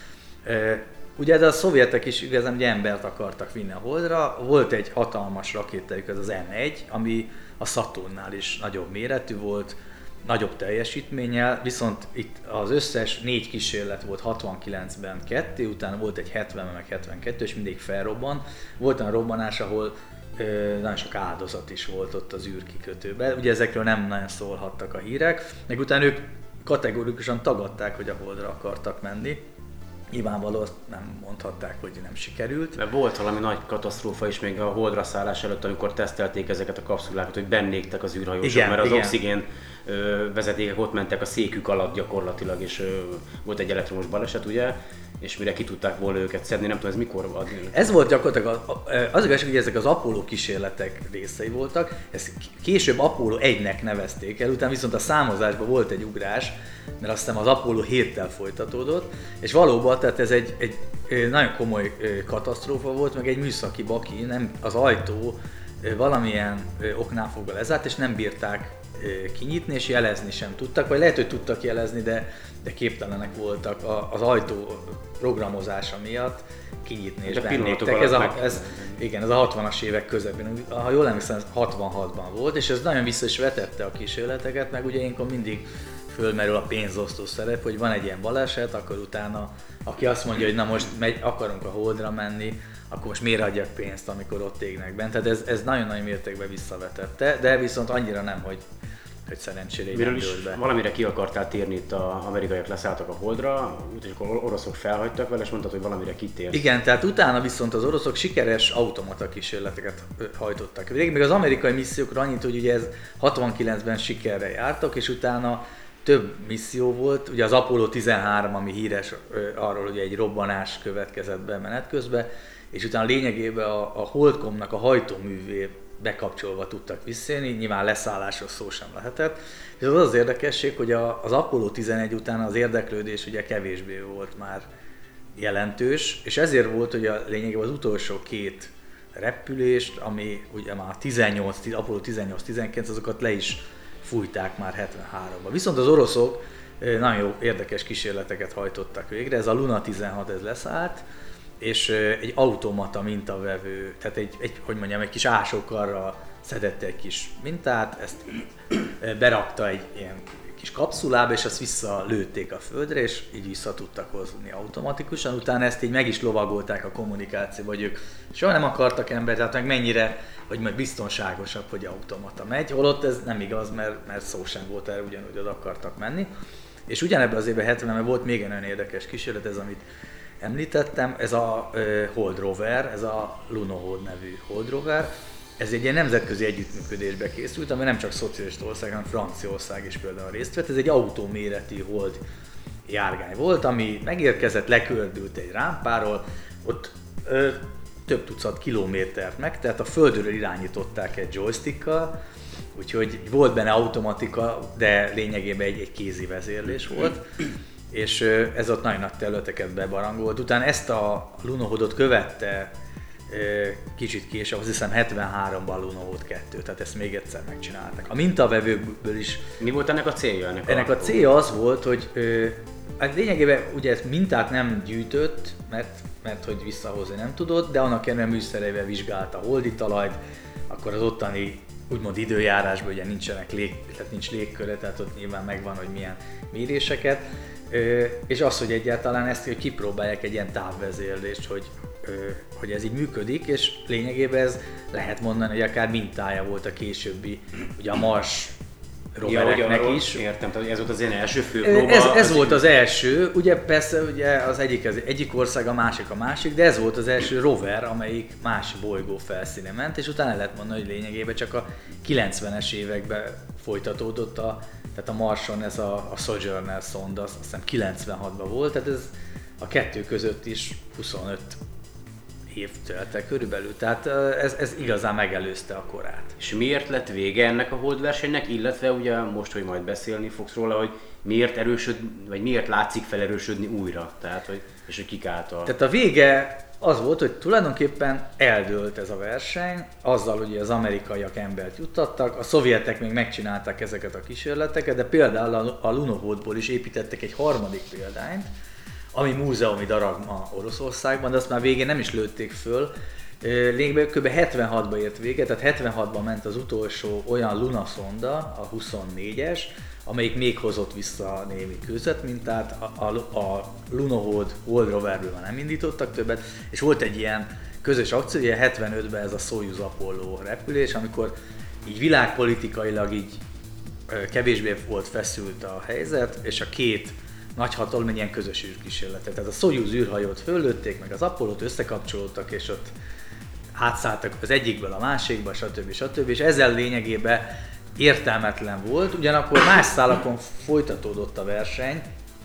Ugye de a szovjetek is igazán ugye embert akartak vinni a Holdra, volt egy hatalmas rakétájuk, ez az em egy, ami a Saturnnál is nagyobb méretű volt, nagyobb teljesítménnyel, viszont itt az összes négy kísérlet volt hatvankilencben kettő, utána volt egy hetvenben meg hetvenkettő, és mindig felrobban. Volt olyan robbanás, ahol ö, nagyon sok áldozat is volt ott az űrkikötőben. Ugye ezekről nem nagyon szólhattak a hírek, meg utána ők kategórikusan tagadták, hogy a Holdra akartak menni. Nyilvánvalóan azt nem mondhatták, hogy nem sikerült. De volt valami nagy katasztrófa is még a Holdra szállás előtt, amikor tesztelték ezeket a kapszulákat, hogy bennégtek az űrhajósok, igen, mert az igen. oxigén ö, vezetékek ott mentek a székük alatt gyakorlatilag, és ö, volt egy elektromos baleset, ugye? És mire ki tudták volna őket szedni, nem tudom, ez mikor adni. Ez volt gyakorlatilag, az igazság, hogy ezek az Apollo kísérletek részei voltak, ezt később Apollo egynek nevezték el, utána viszont a számozásban volt egy ugrás, mert azt hiszem az Apollo héttel folytatódott, és valóban, tehát ez egy, egy nagyon komoly katasztrófa volt, meg egy műszaki baki, nem, az ajtó valamilyen oknál fogva lezárt, és nem bírták kinyitni, és jelezni sem tudtak, vagy lehet, hogy tudtak jelezni, de, de képtelenek voltak a, az ajtó programozása miatt kinyitni és bennégtek. Ez a, ez, igen, ez a hatvanas évek közepén, ha jól emlékszem, ez hatvanhatban volt, és ez nagyon vissza is vetette a kísérleteket, meg ugye ilyenkor mindig fölmerül a pénzosztó szerep, hogy van egy ilyen baleset, akkor utána, aki azt mondja, hogy na most megy, akarunk a Holdra menni, akkor most miért adjak pénzt, amikor ott égnek bent. Tehát ez, ez nagyon-nagyon mértékben visszavetette, de viszont annyira nem, hogy, hogy szerencsére így nem dőlt be. Valamire ki akartál térni, itt az amerikaiak leszálltak a Holdra, úgyhogy akkor oroszok felhagytak vele, és mondtad, hogy valamire kitérsz. Igen, tehát utána viszont az oroszok sikeres automata kísérleteket hajtottak. Még az amerikai missziókra annyit, hogy ugye ez hatvankilencben sikerre jártak, és utána több misszió volt, ugye az Apollo tizenhárom, ami híres arról, hogy egy robbanás következett be menet közben, és utána lényegében a, a Holdcomnak a hajtóművé bekapcsolva tudtak visszajönni, nyilván leszállásról szó sem lehetett. És az az érdekesség, hogy a, az Apollo tizenegy után az érdeklődés ugye kevésbé volt már jelentős, és ezért volt, hogy a lényegében az utolsó két repülést, ami ugye már tizennyolc, Apollo tizennyolc tizenkilenc, azokat le is fújták már hetvenháromban. Viszont az oroszok nagyon jó, érdekes kísérleteket hajtottak végre. Ez a Luna tizenhat, ez leszállt, és egy automata mintavevő, tehát egy, egy, hogy mondjam, egy kis ásókarral szedette egy kis mintát, ezt berakta egy ilyen kis kapszulába, és azt visszalőtték a földre, és így vissza tudtak hozni automatikusan. Utána ezt így meg is lovagolták a kommunikációba, hogy ők soha nem akartak embert, tehát meg mennyire, hogy majd biztonságosabb, hogy automata megy, holott ez nem igaz, mert, mert szó sem volt erre, ugyanúgy oda akartak menni. És ugyanebben az évben hetvenben volt még egy nagyon érdekes kísérlet, ez amit említettem, ez a uh, Hold Rover, ez a Lunokhod nevű Hold Rover. Ez egy ilyen nemzetközi együttműködésbe készült, ami nem csak szocialista ország, hanem Franciaország is például részt vett. Ez egy autóméretű hold járgány volt, ami megérkezett, lekördült egy rámpáról, ott ö, több tucat kilométert meg, tehát a földről irányították egy joystickkal, úgyhogy volt benne automatika, de lényegében egy, egy kézi vezérlés volt, és ö, ez ott nagyon nagy területeket bebarangolt. Utána ezt a Lunohodot követte kicsit később, azt hiszem hetvenháromban Lunokhod kettő, tehát ezt még egyszer megcsinálták. A mintavevőkből is... Mi volt ennek a célja? Ennek, ennek a, a célja az volt, hogy hát lényegében ugye ezt mintát nem gyűjtött, mert, mert hogy visszahozni nem tudott, de annak ellenére műszereivel vizsgálta a holdi talajt, akkor az ottani úgymond időjárásban ugye nincsenek lég, tehát nincs légköre, tehát ott nyilván megvan, hogy milyen méréseket, és az, hogy egyáltalán ezt, hogy kipróbálják egy ilyen távvezérlést, hogy hogy ez így működik, és lényegében ez lehet mondani, hogy akár mintája volt a későbbi, ugye a Mars rovereknek ja, is. Értem, tehát ez volt az én első főpróba. Ez, ez volt az első, ugye persze ugye az egyik, az egyik ország, a másik a másik, de ez volt az első rover, amelyik más bolygó felszíne ment, és utána lehet mondani, hogy lényegében csak a kilencvenes években folytatódott, a, tehát a Marson ez a, a Sojourner szonda, azt hiszem kilencvenhatban volt, tehát ez a kettő között is huszonöt év telte körülbelül, tehát ez, ez igazán megelőzte a korát. És miért lett vége ennek a holdversenynek, illetve ugye most, hogy majd beszélni fogsz róla, hogy miért erősöd, vagy miért látszik felerősödni újra, tehát hogy, és hogy kik által. Tehát a vége az volt, hogy tulajdonképpen eldőlt ez a verseny, azzal ugye az amerikaiak embert juttattak, a szovjetek még megcsinálták ezeket a kísérleteket, de például a Lunohodból is építettek egy harmadik példányt, ami múzeumi darab ma Oroszországban, de azt már végén nem is lőtték föl. Lényegében kb. hetvenhatban ért véget, tehát hetvenhatban ment az utolsó olyan Luna szonda, a huszonnégyes, amelyik még hozott vissza némi kőzetmintát. A, a, a Lunokhod Hold Roverből már nem indítottak többet, és volt egy ilyen közös akció, ugye hetvenötben ez a Soyuz Apollo repülés, amikor így világpolitikailag így kevésbé volt feszült a helyzet, és a két nagyhatalom egy ilyen közös űrkísérletet. Tehát a Soyuz űrhajót föllőtték, meg az Apollót összekapcsolódtak, és ott átszálltak az egyikből a másikba, stb. stb. És ezzel lényegében értelmetlen volt, ugyanakkor más szálakon folytatódott a verseny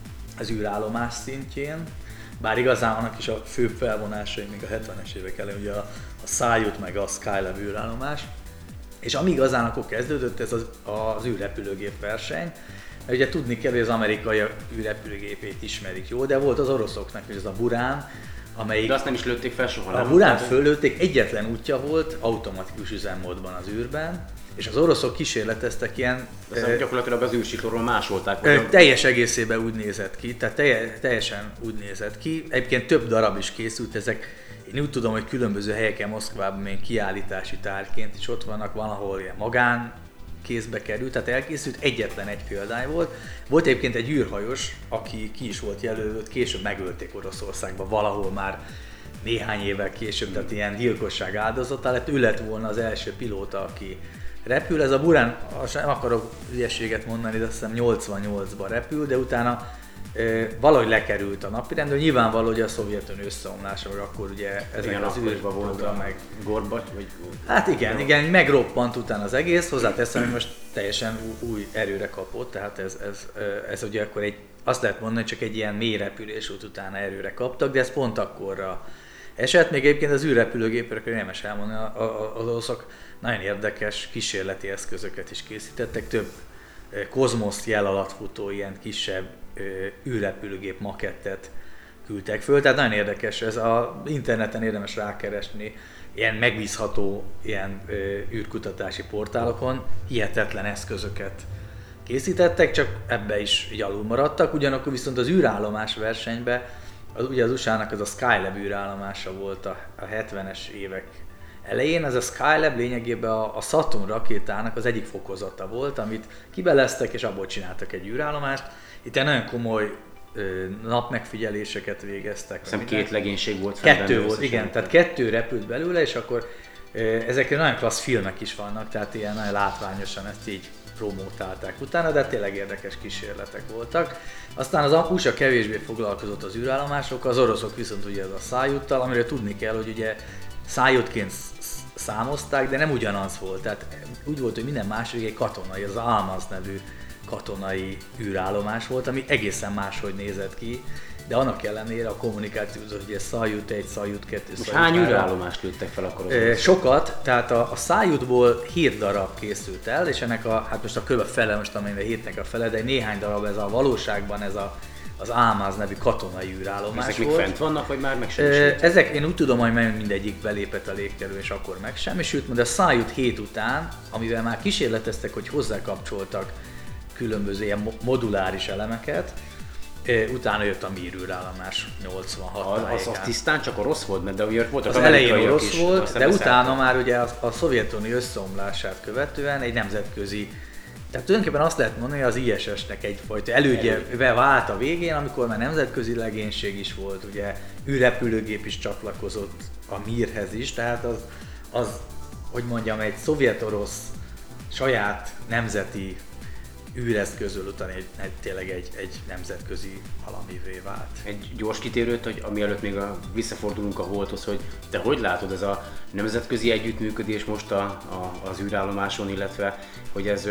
az űrállomás szintjén, bár igazán annak is a fő felvonásai még a hetvenes évek elején, ugye a, a Salyut meg a Skylab űrállomás, és ami igazán akkor kezdődött, ez az, az űrrepülőgép verseny. Ugye tudni kell, hogy az amerikai űrrepülőgépét ismerik jó, de volt az oroszoknak is ez a Buran, amelyik... De azt nem is lőtték fel soha. A Buran föllőtték, egyetlen útja volt automatikus üzemmódban az űrben, és az oroszok kísérleteztek ilyen... De gyakorlatilag az űrsiklóról másolták. Ö, teljes egészében úgy nézett ki, tehát telje, teljesen úgy nézett ki. Egyébként több darab is készült, ezek én úgy tudom, hogy különböző helyeken Moszkvában még kiállítási tárgyként is ott vannak, van, ahol ilyen magán kézbe került, tehát elkészült, egyetlen egy példány volt. Volt egyébként egy űrhajós, aki ki is volt jelölve, később megölték Oroszországban, valahol már néhány évvel később, tehát ilyen gyilkosság áldozata lett, ő lett volna az első pilóta, aki repül. Ez a Buran, nem akarok ügyességet mondani, de azt hiszem nyolcvannyolcban repül, de utána e, valahogy lekerült a napirendről. Nyilvánvaló, hogy a Szovjetunió összeomlása, vagy akkor ugye ezek igen, az űrben volt a meg Gorbacs, vagy... Hát igen, igen, megroppant utána az egész, hozzáteszem, hogy most teljesen új erőre kapott, tehát ez, ez, ez ugye akkor egy, azt lehet mondani, hogy csak egy ilyen mély repülés volt, utána erőre kaptak, de ez pont akkorra esett. Még egyébként az űrrepülőgépről érdemes elmondani, az oroszok nagyon érdekes kísérleti eszközöket is készítettek, több kozmoszt jel alatt futó ilyen kisebb űrrepülőgép makettet küldtek föl, tehát nagyon érdekes, ez az interneten érdemes rákeresni, ilyen megbízható ilyen ö, űrkutatási portálokon hihetetlen eszközöket készítettek, csak ebbe is így alul maradtak, ugyanakkor viszont az űrállomás versenyben, az, ugye az u es á-nak az a Skylab űrállomása volt a, a hetvenes évek elején. Ez a Skylab lényegében a, a Saturn rakétának az egyik fokozata volt, amit kibeleztek és abból csináltak egy űrállomást. Itt egy nagyon komoly ö, napmegfigyeléseket végeztek. Hiszem két legénység volt. Kettő volt, igen, tehát kettő repült belőle, és akkor ö, ezekre nagyon klassz filmek is vannak, tehát ilyen nagyon látványosan ezt így promótálták utána, de tényleg érdekes kísérletek voltak. Aztán az u es á kevésbé foglalkozott az űrállomásokkal, az oroszok viszont ugye ez a Szájuttal, amire tudni kell, hogy ugye Szájutként számozták, de nem ugyanaz volt. Tehát úgy volt, hogy minden második egy katonai, az Almaz nevű katonai űrállomás volt, ami egészen máshogy nézett ki, de annak ellenére a kommunikáció, hogy ez Szájut egy, Szájut kettő, Most hány űrállomást lőttek fel akkor? Az sokat, tehát a, a Szájutból hét darab készült el, és ennek a, hát most a kb. Fele, most amelyre hétnek a fele, de néhány darab ez a valóságban ez a az Almaz nevű katonai űrállomás ezek volt. Ezek még fent vannak, vagy már megsemmisült? Ezek én úgy tudom, hogy mindegyik belépett a légkerül, és akkor megsemmisült, de a Szájut hét után, amivel már kísérleteztek, hogy hozzákapcsoltak különböző ilyen moduláris elemeket, utána jött a Mir űrállomás nyolcvanhat Az, az, az tisztán csak orosz volt, mert de ugye voltak az elején orosz is, volt, de utána már ugye a, a Szovjetunió összeomlását követően egy nemzetközi. Tehát tulajdonképpen azt lehet mondani, hogy az i es es-nek egyfajta elődjével vált a végén, amikor már nemzetközi legénység is volt, ugye űrrepülőgép is csatlakozott a Mirhez is, tehát az, az hogy mondjam, egy szovjet-orosz saját nemzeti űreszközül után egy, egy, tényleg egy, egy nemzetközi valamivé vált. Egy gyors kitérőt, hogy amielőtt még a, visszafordulunk a Holdhoz, hogy te hogy látod ez a nemzetközi együttműködés most a, a, az űrállomáson, illetve hogy ez,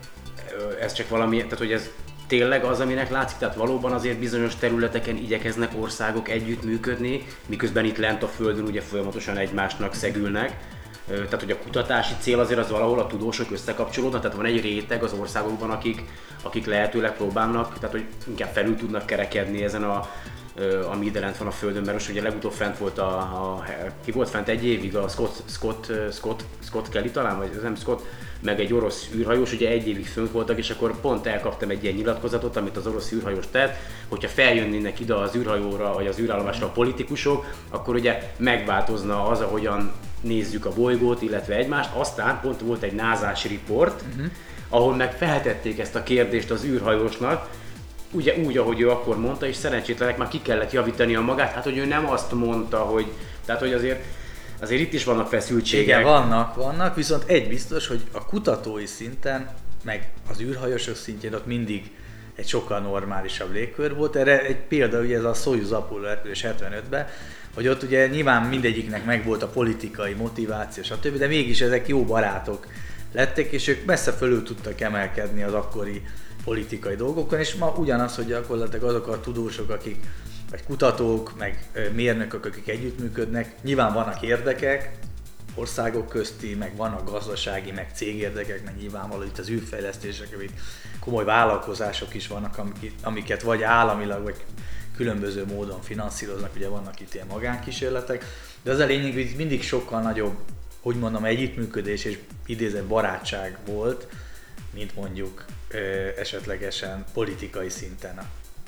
ez csak valami, tehát hogy ez tényleg az, aminek látszik, tehát valóban azért bizonyos területeken igyekeznek országok együttműködni, miközben itt lent a Földön ugye folyamatosan egymásnak szegülnek. Tehát, hogy a kutatási cél azért az valahol a tudósok összekapcsolódnak, tehát van egy réteg az országokban, akik, akik lehetőleg próbálnak, tehát hogy inkább felül tudnak kerekedni ezen a, ami ide lent van a Földön, mert most ugye legutóbb fent volt a, a ki volt fent egy évig, a Scott, Scott, Scott, Scott Kelly talán, vagy nem Scott, meg egy orosz űrhajós, ugye egy évig fönt voltak, és akkor pont elkaptam egy ilyen nyilatkozatot, amit az orosz űrhajós tett, hogyha feljönnének ide az űrhajóra, vagy az űrállomásra a politikusok, akkor ugye megváltozna az, ahogyan nézzük a bolygót, illetve egymást. Aztán pont volt egy názás riport, uh-huh. ahol meg feltették ezt a kérdést az űrhajósnak, ugye úgy, ahogy ő akkor mondta, és szerencsétlenek már ki kellett javítania magát, hát hogy ő nem azt mondta, hogy, tehát hogy azért, azért itt is vannak feszültségek. Igen, vannak, vannak, viszont egy biztos, hogy a kutatói szinten, meg az űrhajósok szintjén ott mindig egy sokkal normálisabb légkör volt. Erre egy példa, ugye ez a Soyuz Apollo repülés hetvenötben, hogy ott ugye nyilván mindegyiknek megvolt a politikai motiváció, stb., de mégis ezek jó barátok lettek, és ők messze fölül tudtak emelkedni az akkori politikai dolgokon, és ma ugyanaz, hogy gyakorlatilag azok a tudósok, akik, vagy kutatók, meg mérnökök, akik együttműködnek, nyilván vannak érdekek, országok közti, meg vannak gazdasági, meg cégérdekek, meg nyilvánvaló itt az űrfejlesztések, amik komoly vállalkozások is vannak, amiket vagy államilag, vagy különböző módon finanszíroznak, ugye vannak itt ilyen magánkísérletek, de az a lényeg, hogy mindig sokkal nagyobb, hogy mondom, együttműködés és idézett barátság volt, mint mondjuk ö, esetlegesen politikai szinten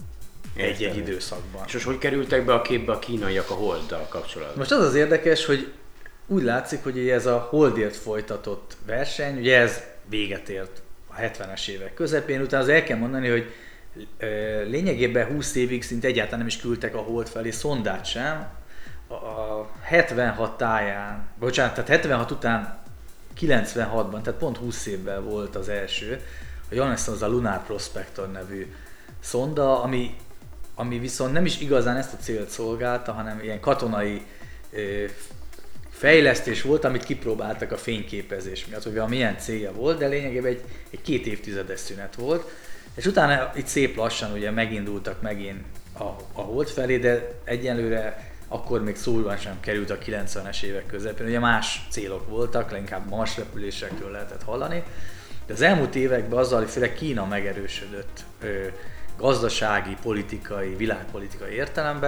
egy-egy időszakban. És most hogy kerültek be a képbe a kínaiak a Holddal kapcsolatban? Most az az érdekes, hogy úgy látszik, hogy ez a Holdért folytatott verseny, ugye ez véget ért a hetvenes évek közepén, utána az el kell mondani, hogy lényegében húsz évig szinte egyáltalán nem is küldtek a Hold felé szondát sem. A hetvenhat táján, bocsánat, tehát hetvenhat után kilencvenhatban, tehát pont húsz évvel volt az első, a Johannesson az a Lunar Prospector nevű szonda, ami, ami viszont nem is igazán ezt a célt szolgálta, hanem ilyen katonai ö, fejlesztés volt, amit kipróbáltak a fényképezés miatt, hogy milyen célja volt, de lényegében egy, egy két évtizedes szünet volt. És utána itt szép lassan ugye megindultak megint a, a Hold felé, de egyenlőre akkor még szóban sem került a kilencvenes évek közepén. Ugye más célok voltak, leginkább Mars repülésekről lehetett hallani, de az elmúlt években azzal, hogy főleg Kína megerősödött ö, gazdasági, politikai, világpolitikai értelemben,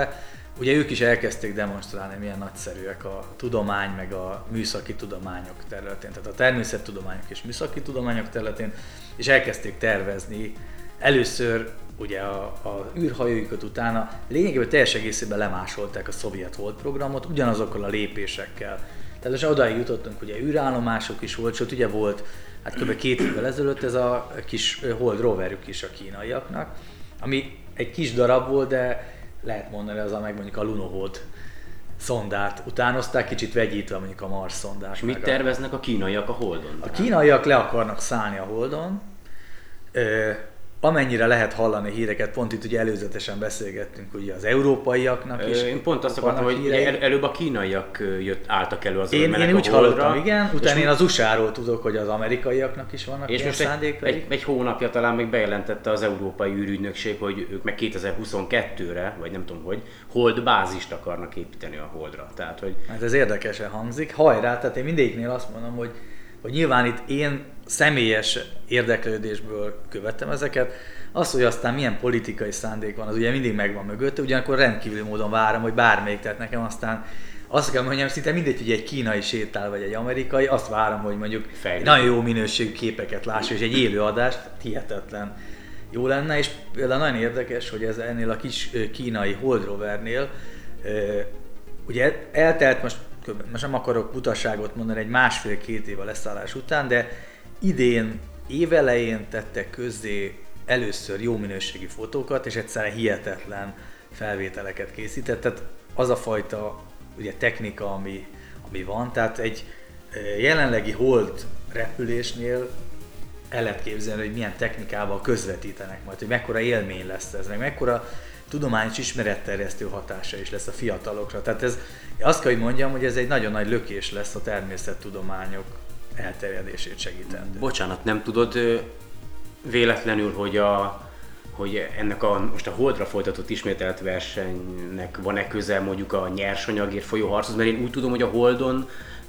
ugye ők is elkezdték demonstrálni, milyen nagyszerűek a tudomány, meg a műszaki tudományok területén, tehát a természettudományok és műszaki tudományok területén, és elkezdték tervezni először ugye a, a űrhajóikat, utána lényegében teljes egészében lemásolták a szovjet Hold programot ugyanazokkal a lépésekkel. Tehát most odáig jutottunk, ugye űrállomások is volt, sőt ugye volt hát kb. két évvel ezelőtt ez a kis Hold roverük is a kínaiaknak, ami egy kis darab volt, de lehet mondani, az a meg mondjuk a Lunohold szondát utánozták, kicsit vegyítve mondjuk a Mars szondát. És mit terveznek a kínaiak a Holdon? A kínaiak le akarnak szállni a Holdon. Ö, amennyire lehet hallani híreket, pont itt ugye előzetesen beszélgettünk ugye az európaiaknak is. Én pont azt akartam, hogy el, előbb a kínaiak jött, álltak elő az Én, én úgy a Holdra, hallottam, igen. Utána én az u es á-ról tudok, hogy az amerikaiaknak is vannak és ilyen most szándékai. egy, egy, egy hónapja talán még bejelentette az Európai űrügynökség, hogy ők meg kétezer-huszonkettőre, vagy nem tudom hogy, Hold bázist akarnak építeni a Holdra. Tehát, hogy... Hát ez érdekesen hangzik. Hajrá, tehát én mindegyiknél azt mondom, hogy hogy nyilván itt én személyes érdeklődésből követtem ezeket, az, hogy aztán milyen politikai szándék van, az ugye mindig megvan mögötte, ugyanakkor rendkívül módon várom, hogy bármelyik, tehát nekem aztán azt kell mondjam, szinte mindegy, hogy egy kínai sétál vagy egy amerikai, azt várom, hogy mondjuk Fejlő. nagyon jó minőségű képeket lássa, és egy élő adást, hihetetlen jó lenne, és például nagyon érdekes, hogy ez ennél a kis kínai Hold rovernél, ugye eltelt most most nem akarok butasságot mondani, egy másfél-két év a leszállás után, de idén, évelején tettek közzé először jó minőségű fotókat, és egyszerűen hihetetlen felvételeket készített. Tehát az a fajta ugye, technika, ami, ami van, tehát egy jelenlegi Hold repülésnél el lehet képzelni, hogy milyen technikával közvetítenek majd, hogy mekkora élmény lesz ez, meg mekkora tudományos ismeretterjesztő hatása is lesz a fiatalokra. Tehát ez, azt kell, hogy mondjam, hogy ez egy nagyon nagy lökés lesz a természettudományok elterjedését segítendő. Bocsánat, nem tudod véletlenül, hogy, a, hogy ennek a most a Holdra folytatott ismételt versenynek van-e köze mondjuk a nyersanyagért folyó harchoz, mert én úgy tudom, hogy a Holdon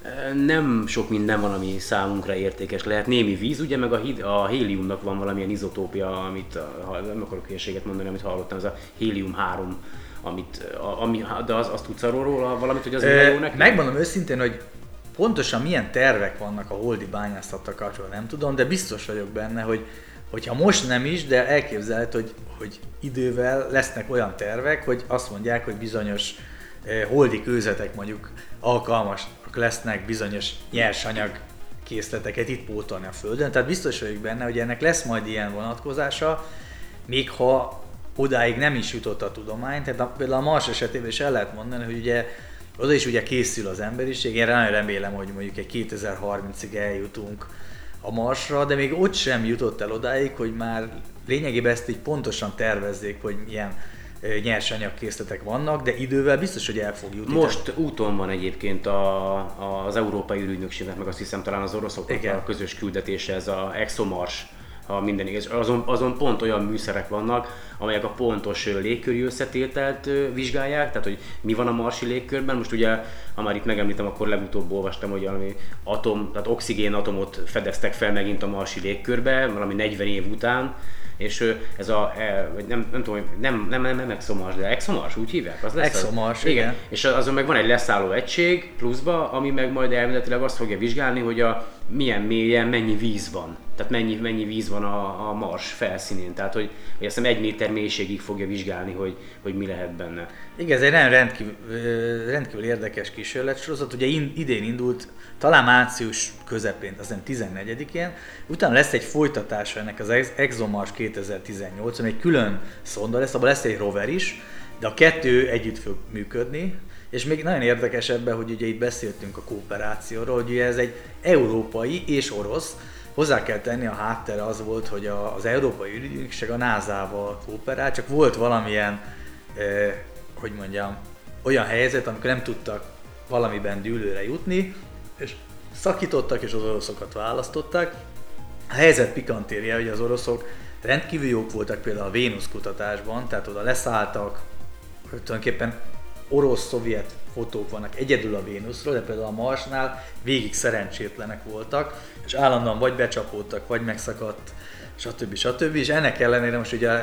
nem sok minden van, ami számunkra értékes lehet. Némi víz, ugye, meg a, hid, a héliumnak van valamilyen izotópia, amit, ha nem akarok hülyeséget mondani, amit hallottam, ez a hélium három, amit, ami, de az, azt tudsz arról róla valamit, hogy az milyen jó neki? Megmondom őszintén, hogy pontosan milyen tervek vannak a holdi bányászattal kapcsolatban, nem tudom, de biztos vagyok benne, hogy hogyha most nem is, de elképzelhető, hogy, hogy idővel lesznek olyan tervek, hogy azt mondják, hogy bizonyos eh, holdi kőzetek mondjuk alkalmasak lesznek bizonyos nyersanyag készleteket itt pótolni a Földön. Tehát biztos vagyok benne, hogy ennek lesz majd ilyen vonatkozása, még ha odáig nem is jutott a tudomány. Tehát a, például a Mars esetében is el lehet mondani, hogy ugye oda is ugye készül az emberiség. Én nagyon remélem, hogy mondjuk egy kétezer-harmincig eljutunk a Marsra, de még ott sem jutott el odáig, hogy már lényegében ezt így pontosan tervezzék, hogy milyen nyersanyagkészletek vannak, de idővel biztos, hogy el fog jutni. Most úton van egyébként a, a, az Európai űrügynökségnek, meg azt hiszem talán az oroszoknak a közös küldetése, ez a ExoMars, ha minden igaz. Azon, azon pont olyan műszerek vannak, amelyek a pontos légköri összetételt vizsgálják, tehát hogy mi van a marsi légkörben. Most ugye, ha már itt megemlítem, akkor legutóbb olvastam, hogy valami atom, tehát oxigén atomot fedeztek fel megint a marsi légkörbe, valami negyven év után. És ez a, vagy nem, nem tudom, nem, nem, nem, nem ExoMars, de ExoMars, úgy hívják? Az lesz ExoMars, az? igen. igen. És azon meg van egy leszálló egység pluszba, ami meg majd elméletileg azt fogja vizsgálni, hogy a milyen mélyen mennyi víz van. Tehát mennyi, mennyi víz van a, a Mars felszínén. Tehát, hogy, hogy azt hiszem egy méter mélységig fogja vizsgálni, hogy, hogy mi lehet benne. Igen, ez egy nagyon rendkívül, rendkívül érdekes kísérletsorozat. Ugye idén indult, talán március közepén, azt hiszem tizennegyedikén. Utána lesz egy folytatása ennek az ExoMars kétezer-tizennyolc, ami egy külön szonda lesz, abban lesz egy rover is, de a kettő együtt fog működni. És még nagyon érdekes ebben, hogy ugye itt beszéltünk a kooperációról, hogy ugye ez egy európai és orosz. Hozzá kell tenni, a háttere az volt, hogy a, az Európai Ügynökség a názával kooperál, csak volt valamilyen, eh, hogy mondjam, olyan helyzet, amikor nem tudtak valamiben dűlőre jutni, és szakítottak, és az oroszokat választották. A helyzet pikantériája, hogy az oroszok rendkívül jók voltak például a Vénusz kutatásban, tehát oda leszálltak, tulajdonképpen orosz-szovjet fotók vannak egyedül a Vénuszról, de például a Marsnál végig szerencsétlenek voltak, és állandóan vagy becsapódtak, vagy megszakadt, stb. stb. És ennek ellenére most ugye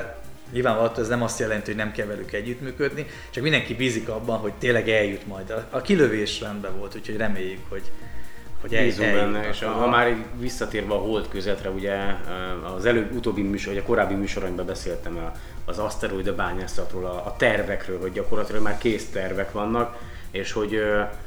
Nyilvánvalóan ez nem azt jelenti, hogy nem kell velük együttműködni, csak mindenki bízik abban, hogy tényleg eljut majd. A, a kilövés rendben volt, úgyhogy reméljük, hogy, hogy el, Bízunk benne, és ha már visszatérve a hold közetre, ugye az előbb utóbbi műsor, vagy a korábbi műsorainkban beszéltem az aszteroida bányászatról, a, a tervekről, hogy gyakorlatilag már kész tervek vannak, és hogy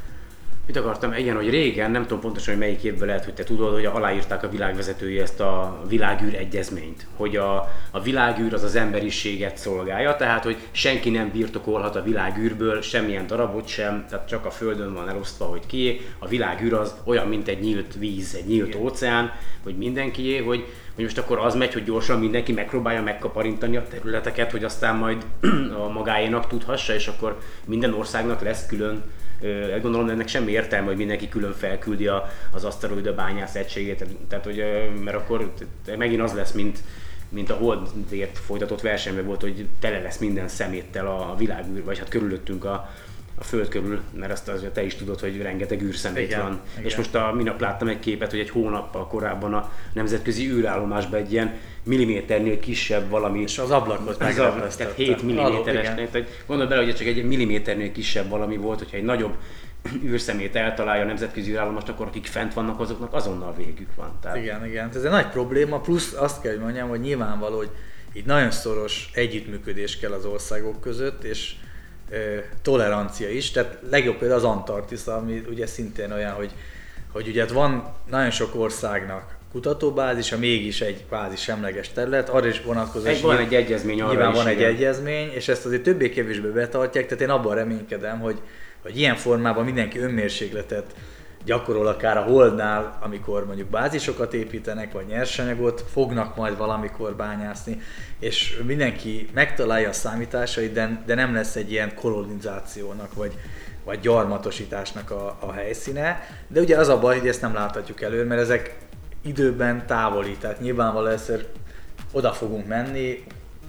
mit akartam, igen, hogy régen, nem tudom pontosan, hogy melyik évben lehet, hogy te tudod, hogy aláírták a világvezetői ezt a világűr egyezményt, hogy a, a világűr az az emberiséget szolgálja, tehát hogy senki nem birtokolhat a világűrből semmilyen darabot sem, tehát csak a Földön van elosztva, hogy kié. A világűr az olyan, mint egy nyílt víz, egy nyílt óceán, hogy mindenkié, hogy, hogy most akkor az megy, hogy gyorsan mindenki megpróbálja megkaparintani a területeket, hogy aztán majd a magáénak tudhassa, és akkor minden országnak lesz külön. Gondolom, ennek semmi értelme, hogy mindenki külön felküldi a, az aszteroida bányász egységét, tehát, hogy, mert akkor megint az lesz, mint, mint a Holdért folytatott versenyben volt, hogy tele lesz minden szeméttel a világűr, vagy hát körülöttünk a, a Föld körül, mert azt azért te is tudod, hogy rengeteg űrszemét igen, van. igen. És most a minap láttam egy képet, hogy egy hónappal korábban a nemzetközi űrállomásban egy ilyen milliméternél kisebb valami. És az ablakot megrepesztette. Tehát hét milliméteres. Gondolj bele, hogy csak egy milliméternél kisebb valami volt, hogyha egy nagyobb űrszemét eltalálja a nemzetközi űrállomás, akkor akik fent vannak, azoknak azonnal végük van. Tehát... Igen, igen. Ez egy nagy probléma, plusz azt kell, hogy mondjam, hogy nyilvánvaló, hogy itt nagyon szoros együttműködés kell az országok között, és e, tolerancia is. Tehát legjobb például az Antarktisz, ami ugye szintén olyan, hogy, hogy ugye van nagyon sok országnak kutatóbázisa, mégis egy kvázi semleges terület, arra is vonatkozó. Egy, van egy egyezmény arra nyilván is, van egy igen. egyezmény, és ezt azért többé-kevésbé betartják, tehát én abban reménykedem, hogy, hogy ilyen formában mindenki önmérsékletet gyakorol akár a Holdnál, amikor mondjuk bázisokat építenek, vagy nyersanyagot, fognak majd valamikor bányászni, és mindenki megtalálja a számításait, de, de nem lesz egy ilyen kolonizációnak, vagy, vagy gyarmatosításnak a, a helyszíne. De ugye az a baj, hogy ezt nem láthatjuk előre, mert ezek időben távoli, tehát nyilvánvalóan egyszer oda fogunk menni,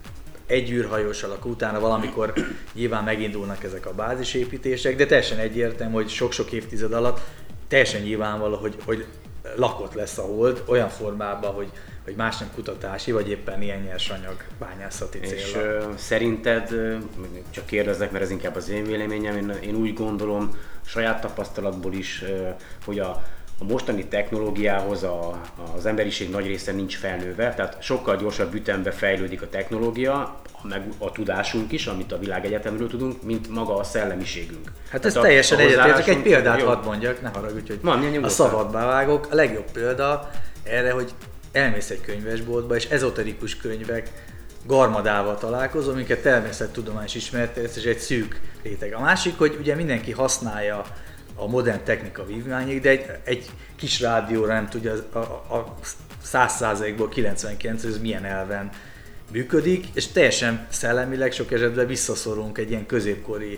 egy űrhajóssal, akkor utána valamikor nyilván megindulnak ezek a bázisépítések, de teljesen egyértelmű, hogy sok-sok évtized alatt teljesen nyilvánvaló, hogy, hogy lakott lesz a Hold olyan formában, hogy, hogy más nem kutatási, vagy éppen ilyen nyersanyag bányászati célra. És ö, szerinted, csak kérdezek, mert ez inkább az én véleményem, én, én úgy gondolom saját tapasztalatból is, ö, hogy a A mostani technológiához a, az emberiség nagy része nincs felnőve, tehát sokkal gyorsabb ütembe fejlődik a technológia, meg a tudásunk is, amit a világegyetemről tudunk, mint maga a szellemiségünk. Hát ez teljesen egyetértek, egy példát hadd mondjak, ne haragudj, hogy Van, a szabadba vágok. A legjobb példa erre, hogy elmész egy könyvesboltba, és ezoterikus könyvek garmadával találkozom, minket természettudományos ismeretet, és egy szűk réteg. A másik, hogy ugye mindenki használja a modern technika vívmányig, de egy, egy kis rádióra nem tudja a, a száz százalékból kilencvenkilenc, hogy ez milyen elven működik, és teljesen szellemileg sok esetben visszaszorulunk egy ilyen középkori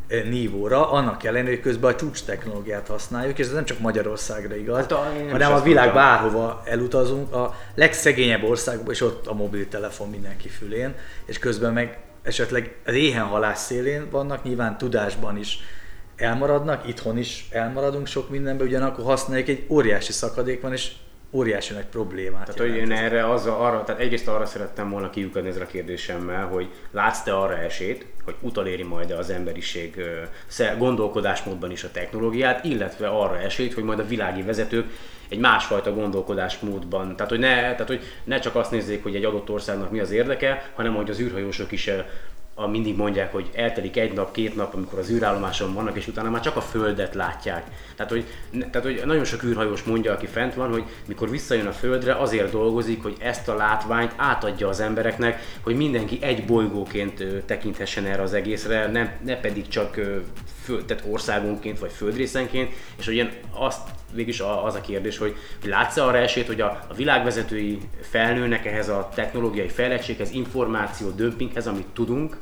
nívóra, annak ellenére, hogy közben a csúcs technológiát használjuk, és ez nem csak Magyarországra igaz, hát a, hanem a világ bárhova elutazunk, a legszegényebb országban, és ott a mobiltelefon mindenki fülén, és közben meg esetleg az éhenhalás szélén vannak, nyilván tudásban is elmaradnak, itthon is elmaradunk sok mindenben, ugyanakkor használjuk, egy óriási szakadék van, és óriási nagy problémát. Tehát, hogy én erre az, arra, tehát egyrészt arra szerettem volna kiukadni ezzel a kérdésemmel, hogy látsz te arra esélyt, hogy utoléri majd az emberiség gondolkodásmódban is a technológiát, illetve arra esélyt, hogy majd a világi vezetők egy másfajta gondolkodásmódban, tehát hogy, ne, tehát hogy ne csak azt nézzék, hogy egy adott országnak mi az érdeke, hanem hogy az űrhajósok is a, mindig mondják, hogy eltelik egy nap, két nap, amikor az űrállomáson vannak, és utána már csak a Földet látják. Tehát hogy, tehát, hogy nagyon sok űrhajós mondja, aki fent van, hogy mikor visszajön a Földre, azért dolgozik, hogy ezt a látványt átadja az embereknek, hogy mindenki egy bolygóként tekinthessen erre az egészre, nem, ne pedig csak föld, tehát országonként vagy földrészenként, és hogy ilyen azt végülis az a kérdés, hogy, hogy látsz-e arra esélyt, hogy a, a világvezetői felnőnek ehhez a technológiai fejlettséghez, információ dömpinghez, amit tudunk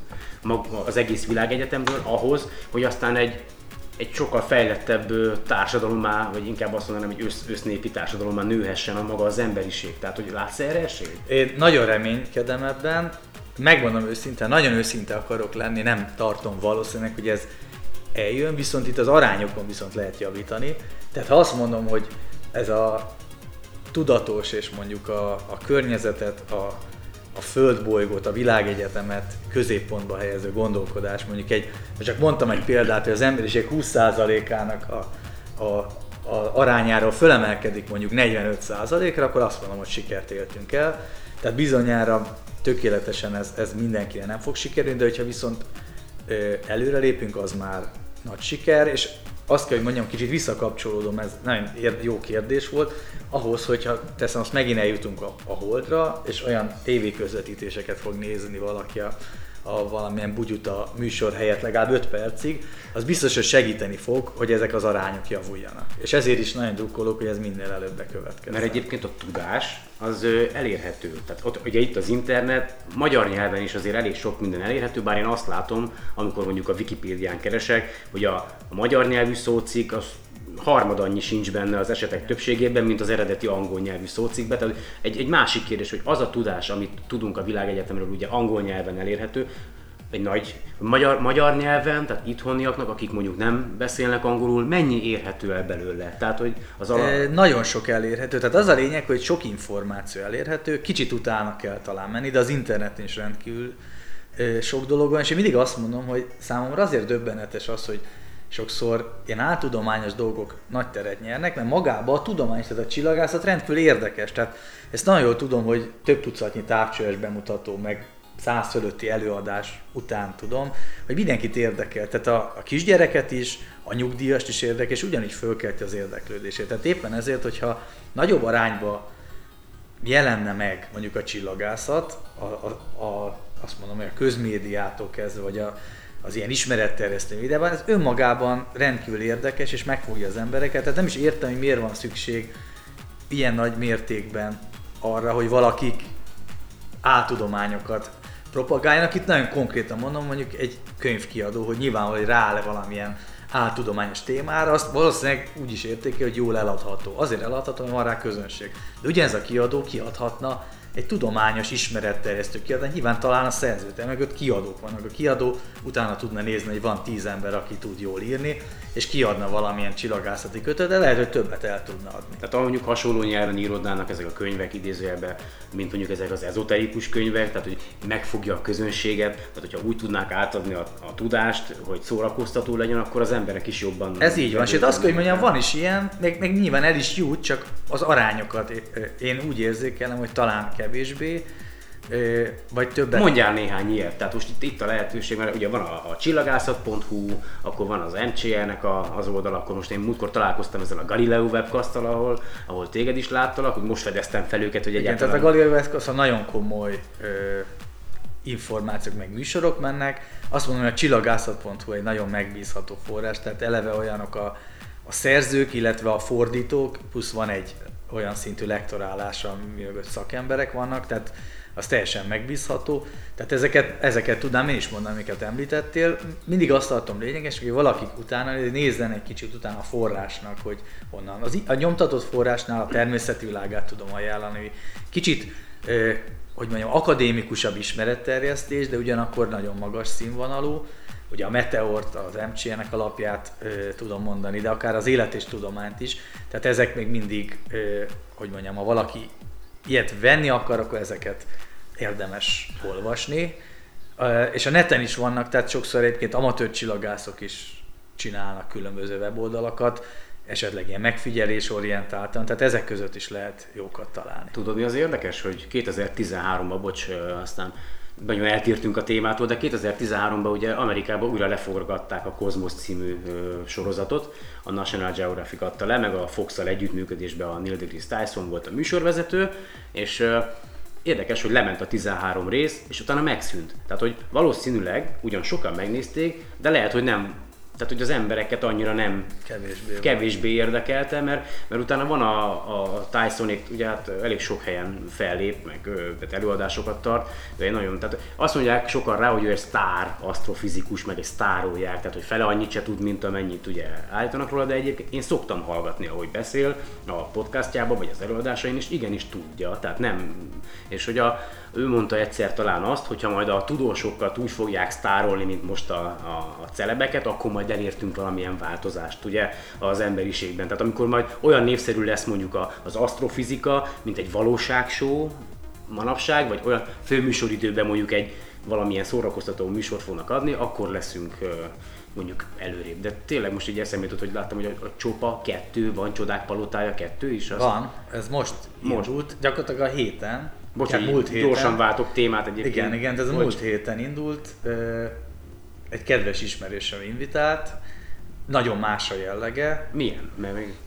az egész világegyetemről, ahhoz, hogy aztán egy, egy sokkal fejlettebb társadalommá, vagy inkább azt mondanám, hogy össz, össznépi társadalommá nőhessen a maga az emberiség. Tehát, hogy látsz erre esélyt? Én nagyon reménykedem ebben, megmondom őszintén, nagyon őszinte akarok lenni, nem tartom valószínűleg, hogy ez eljön, viszont itt az arányokon viszont lehet javítani. Tehát ha azt mondom, hogy ez a tudatos és mondjuk a, a környezetet, a a földbolygót, a világegyetemet középpontba helyező gondolkodás, mondjuk egy, csak mondtam egy példát, hogy az emberiség húsz százalékának a, a, a arányáról fölemelkedik mondjuk negyvenöt százalékra, akkor azt mondom, hogy sikert éltünk el. Tehát bizonyára tökéletesen ez, ez mindenkire nem fog sikerülni, de hogyha viszont ö, előre lépünk, az már nagy siker, és azt kell, hogy mondjam, kicsit visszakapcsolódom, ez nagyon jó kérdés volt, ahhoz, hogyha teszem, azt megint eljutunk a, a Holdra, és olyan tévéközvetítéseket fog nézni valaki a, a valamilyen bugyuta műsor helyett legalább öt percig, az biztos, hogy segíteni fog, hogy ezek az arányok javuljanak. És ezért is nagyon drukkolok, hogy ez minél előbb bekövetkezzen. Mert egyébként a tudás az ö, elérhető. Tehát ott, ugye itt az internet, magyar nyelven is azért elég sok minden elérhető, bár én azt látom, amikor mondjuk a Wikipédián keresek, hogy a, a magyar nyelvű szócikk az harmad annyi sincs benne az esetek többségében, mint az eredeti angol nyelvű szócikkben. Tehát egy, egy másik kérdés, hogy az a tudás, amit tudunk a világegyetemről, ugye angol nyelven elérhető, egy nagy magyar, magyar nyelven, tehát itthoniaknak, akik mondjuk nem beszélnek angolul, mennyi érhető el belőle? Tehát, hogy az ala... e, nagyon sok elérhető, tehát az a lényeg, hogy sok információ elérhető, kicsit utána kell talán menni, de az interneten is rendkívül e, sok dolog van, és én mindig azt mondom, hogy számomra azért döbbenetes az, hogy sokszor ilyen áltudományos dolgok nagy teret nyernek, mert magában a tudomány, tehát a csillagászat rendkívül érdekes. Tehát ezt nagyon jól tudom, hogy több tucatnyi távcsöves bemutató, meg száz fölötti előadás után tudom, hogy mindenkit érdekel. Tehát a, a kisgyereket is, a nyugdíjast is érdekel, és ugyanígy fölkelti az érdeklődését. Tehát éppen ezért, hogyha nagyobb arányba jelenne meg mondjuk a csillagászat, a, a, a, azt mondom, hogy a közmédiától kezdve, vagy a az ilyen ismeretterjesztő videóban, ez önmagában rendkívül érdekes, és megfogja az embereket. Tehát nem is értem, hogy miért van szükség ilyen nagy mértékben arra, hogy valakik áltudományokat propagáljanak. Itt nagyon konkrétan mondom, mondjuk egy könyvkiadó, hogy nyilvánvalóan, hogy rááll-e valamilyen áltudományos témára, azt valószínűleg úgy is értékel, hogy jól eladható. Azért eladható, hogy van rá közönség. De ugyanez a kiadó kiadhatna egy tudományos ismeretterjesztő kiadó, nyilván talán a szerzőt, mögött kiadók vannak. A kiadó utána tudna nézni, hogy van tíz ember, aki tud jól írni, és kiadna valamilyen csillagászati kötet, de lehet, hogy többet el tudna adni. Tehát mondjuk hasonló nyelven íródnának ezek a könyvek idézőjelben, mint mondjuk ezek az ezoterikus könyvek, tehát hogy megfogja a közönséget, tehát hogyha úgy tudnák átadni a, a tudást, hogy szórakoztató legyen, akkor az emberek is jobban... Ez így van, és azt kell, hogy mondjam, van is ilyen, meg, meg nyilván el is jut, csak az arányokat én úgy érzékelem, hogy talán kevésbé, vagy többet. Mondjál néhány ilyet, tehát most itt, itt a lehetőség, mert ugye van a, a csillagászat pont hu, akkor van az em cé er-nek a, az oldal, akkor most én múltkor találkoztam ezzel a Galileo webcast-tal, ahol, ahol téged is láttalak, hogy most fedeztem fel őket, hogy igen, egyáltalán... Tehát a Galileo webcast nagyon komoly ö, információk meg műsorok mennek. Azt mondom, hogy a csillagászat pont hu egy nagyon megbízható forrás, tehát eleve olyanok a, a szerzők, illetve a fordítók, plusz van egy olyan szintű lektorálása, ami mögött szakemberek vannak, tehát az teljesen megbízható. Tehát ezeket, ezeket tudnám én is mondani, amiket említettél. Mindig azt tartom lényeges, hogy valakik utána nézzen egy kicsit utána a forrásnak, hogy honnan. Az, a nyomtatott forrásnál a természeti világát tudom ajánlani. Kicsit, eh, hogy mondjam, akadémikusabb ismeretterjesztés, de ugyanakkor nagyon magas színvonalú. Ugye a Meteort, az em cé er-nek alapját eh, tudom mondani, de akár az élet és tudományt is. Tehát ezek még mindig, eh, hogy mondjam, ha valaki ilyet venni akar, akkor ezeket érdemes olvasni. És a neten is vannak, tehát sokszor egyébként amatőr csillagászok is csinálnak különböző weboldalakat, esetleg ilyen megfigyelésorientáltan, tehát ezek között is lehet jókat találni. Tudod, mi az érdekes, hogy kétezer-tizenháromban, bocs, aztán nagyon eltértünk a témától, de kétezer-tizenháromban ugye Amerikában újra leforgatták a Cosmos című ö, sorozatot, a National Geographic adta le, meg a Fox-szal együttműködésben a Neil deGrasse Tyson volt a műsorvezető, és ö, érdekes, hogy lement a tizenhárom rész, és utána megszűnt. Tehát, hogy valószínűleg ugyan sokan megnézték, de lehet, hogy nem, tehát, hogy az embereket annyira nem kevésbé, kevésbé érdekelte, mert, mert utána van a, a Tysonék, ugye hát elég sok helyen fellép, meg ö, előadásokat tart, de nagyon, tehát azt mondják sokan rá, hogy ő egy sztár asztrofizikus, meg egy sztárolják, tehát hogy fele annyit se tud, mint amennyit ugye állítanak róla, de egyébként én szoktam hallgatni, ahogy beszél a podcastjában, vagy az előadásain, és igenis tudja, tehát nem, és hogy a, ő mondta egyszer talán azt, hogyha majd a tudósokat úgy fogják sztárolni, mint most a, a, a celebeket, akkor majd elértünk valamilyen változást ugye az emberiségben. Tehát amikor majd olyan népszerű lesz mondjuk az asztrofizika, mint egy valóságshow, manapság, vagy olyan főműsoridőben mondjuk egy valamilyen szórakoztató műsort fognak adni, akkor leszünk mondjuk előrébb. De tényleg most így eszembe jutott, hogy láttam, hogy a, a Csopa kettő van, Csodák palotája kettő is. Az van, ez most, most indult, gyakorlatilag a héten. Bocsánat, múlt héten. Gyorsan váltok témát egyébként. Igen, igen, de ez a múlt héten indult. Egy kedves ismerősöm invitált, nagyon más a jellege. Milyen? Mert még...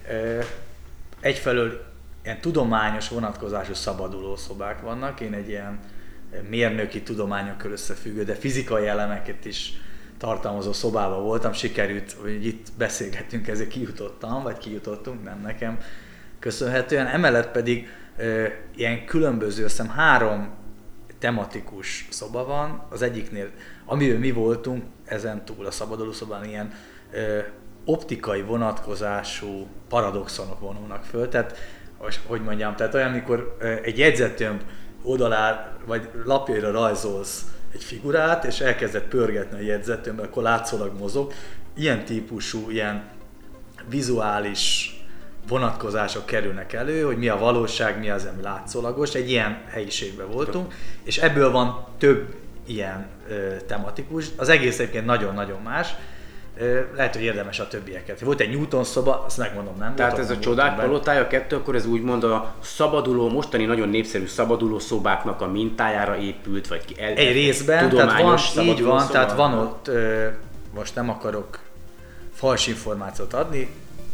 Egyfelől ilyen tudományos vonatkozású szabaduló szobák vannak. Én egy ilyen mérnöki tudományokkal összefüggő, de fizikai elemeket is tartalmazó szobában voltam. Sikerült, hogy itt beszélgettünk, ezért kijutottam, vagy kijutottunk, nem nekem köszönhetően. Emellett pedig e, ilyen különböző, azt hiszem három tematikus szoba van. Az egyiknél, amiről mi voltunk, ezen túl a szabaduló szobán ilyen e, optikai vonatkozású paradoxonok vonulnak föl. Tehát, hogy mondjam, tehát olyan, amikor egy jegyzettömb oldalán vagy lapjaira rajzolsz egy figurát, és elkezded pörgetni a jegyzettömbbe, akkor látszólag mozog. Ilyen típusú, ilyen vizuális vonatkozások kerülnek elő, hogy mi a valóság, mi az, ami látszólagos. Egy ilyen helyiségben voltunk, és ebből van több ilyen ö, tematikus. Az egész egyébként nagyon-nagyon más. Lehet, hogy érdemes a többieket. Volt egy Newton szoba, azt megmondom, nem. Tehát voltam, ez a Csodák palotája kettő, akkor ez úgymond a szabaduló, mostani nagyon népszerű szabaduló szobáknak a mintájára épült, vagy el, egy részben, tehát van, így van, szoba? Tehát van ott, most nem akarok fals információt adni,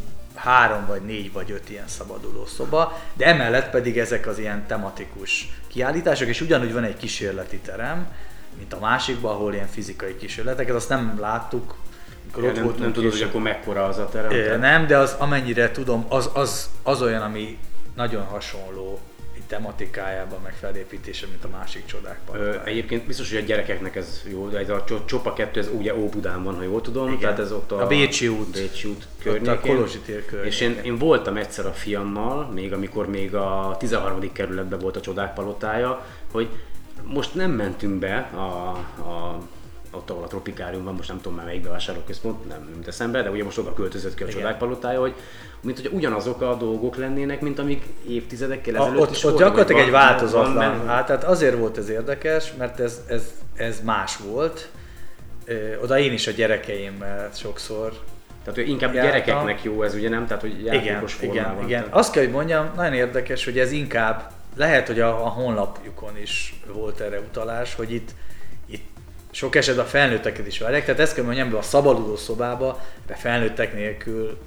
három vagy négy vagy öt ilyen szabaduló szoba, de emellett pedig ezek az ilyen tematikus kiállítások, és ugyanúgy van egy kísérleti terem, mint a másikban, ahol ilyen fizikai kísérleteket, azt nem láttuk. Ja, nem, nem tudod, hogy akkor mekkora az a terem? É, nem, de az, amennyire tudom, az, az, az olyan, ami nagyon hasonló tematikájában, meg felépítése, mint a másik Csodák palotája. Egyébként biztos, hogy a gyerekeknek ez jó, de ez a Csopa kettő, ez ugye Óbudán van, ha jól tudom. Igen. Tehát ez ott a, a Bécsi út, Bécsi út környékén. Ott a Kolozsi tér környékén. És én, én voltam egyszer a fiammal, még amikor még a tizenharmadik kerületben volt a Csodák palotája, hogy most nem mentünk be a, a ott, ahol a Tropikárium van, most nem tudom már melyik bevásárlóközpont, nem jut eszembe, de ugye most oda költözött ki a Csodák palotája, hogy mint hogy ugyanazok a dolgok lennének, mint amik évtizedekkel ezelőtt ott, is ott voltak. Ott gyakorlatilag egy változatlan, van, van, hát tehát azért volt ez érdekes, mert ez, ez, ez más volt. Ö, oda én is a gyerekeimmel sokszor Tehát hogy inkább jártam. Gyerekeknek jó ez, ugye nem? Tehát hogy játékos igen, formában. igen, igen. Tehát... Azt kell, hogy mondjam, nagyon érdekes, hogy ez inkább, lehet, hogy a, a honlapjukon is volt erre utalás, hogy itt, itt sok esetben a felnőtteket is várják, tehát ezt kell mondjam, a szabaduló szobába, de felnőttek nélkül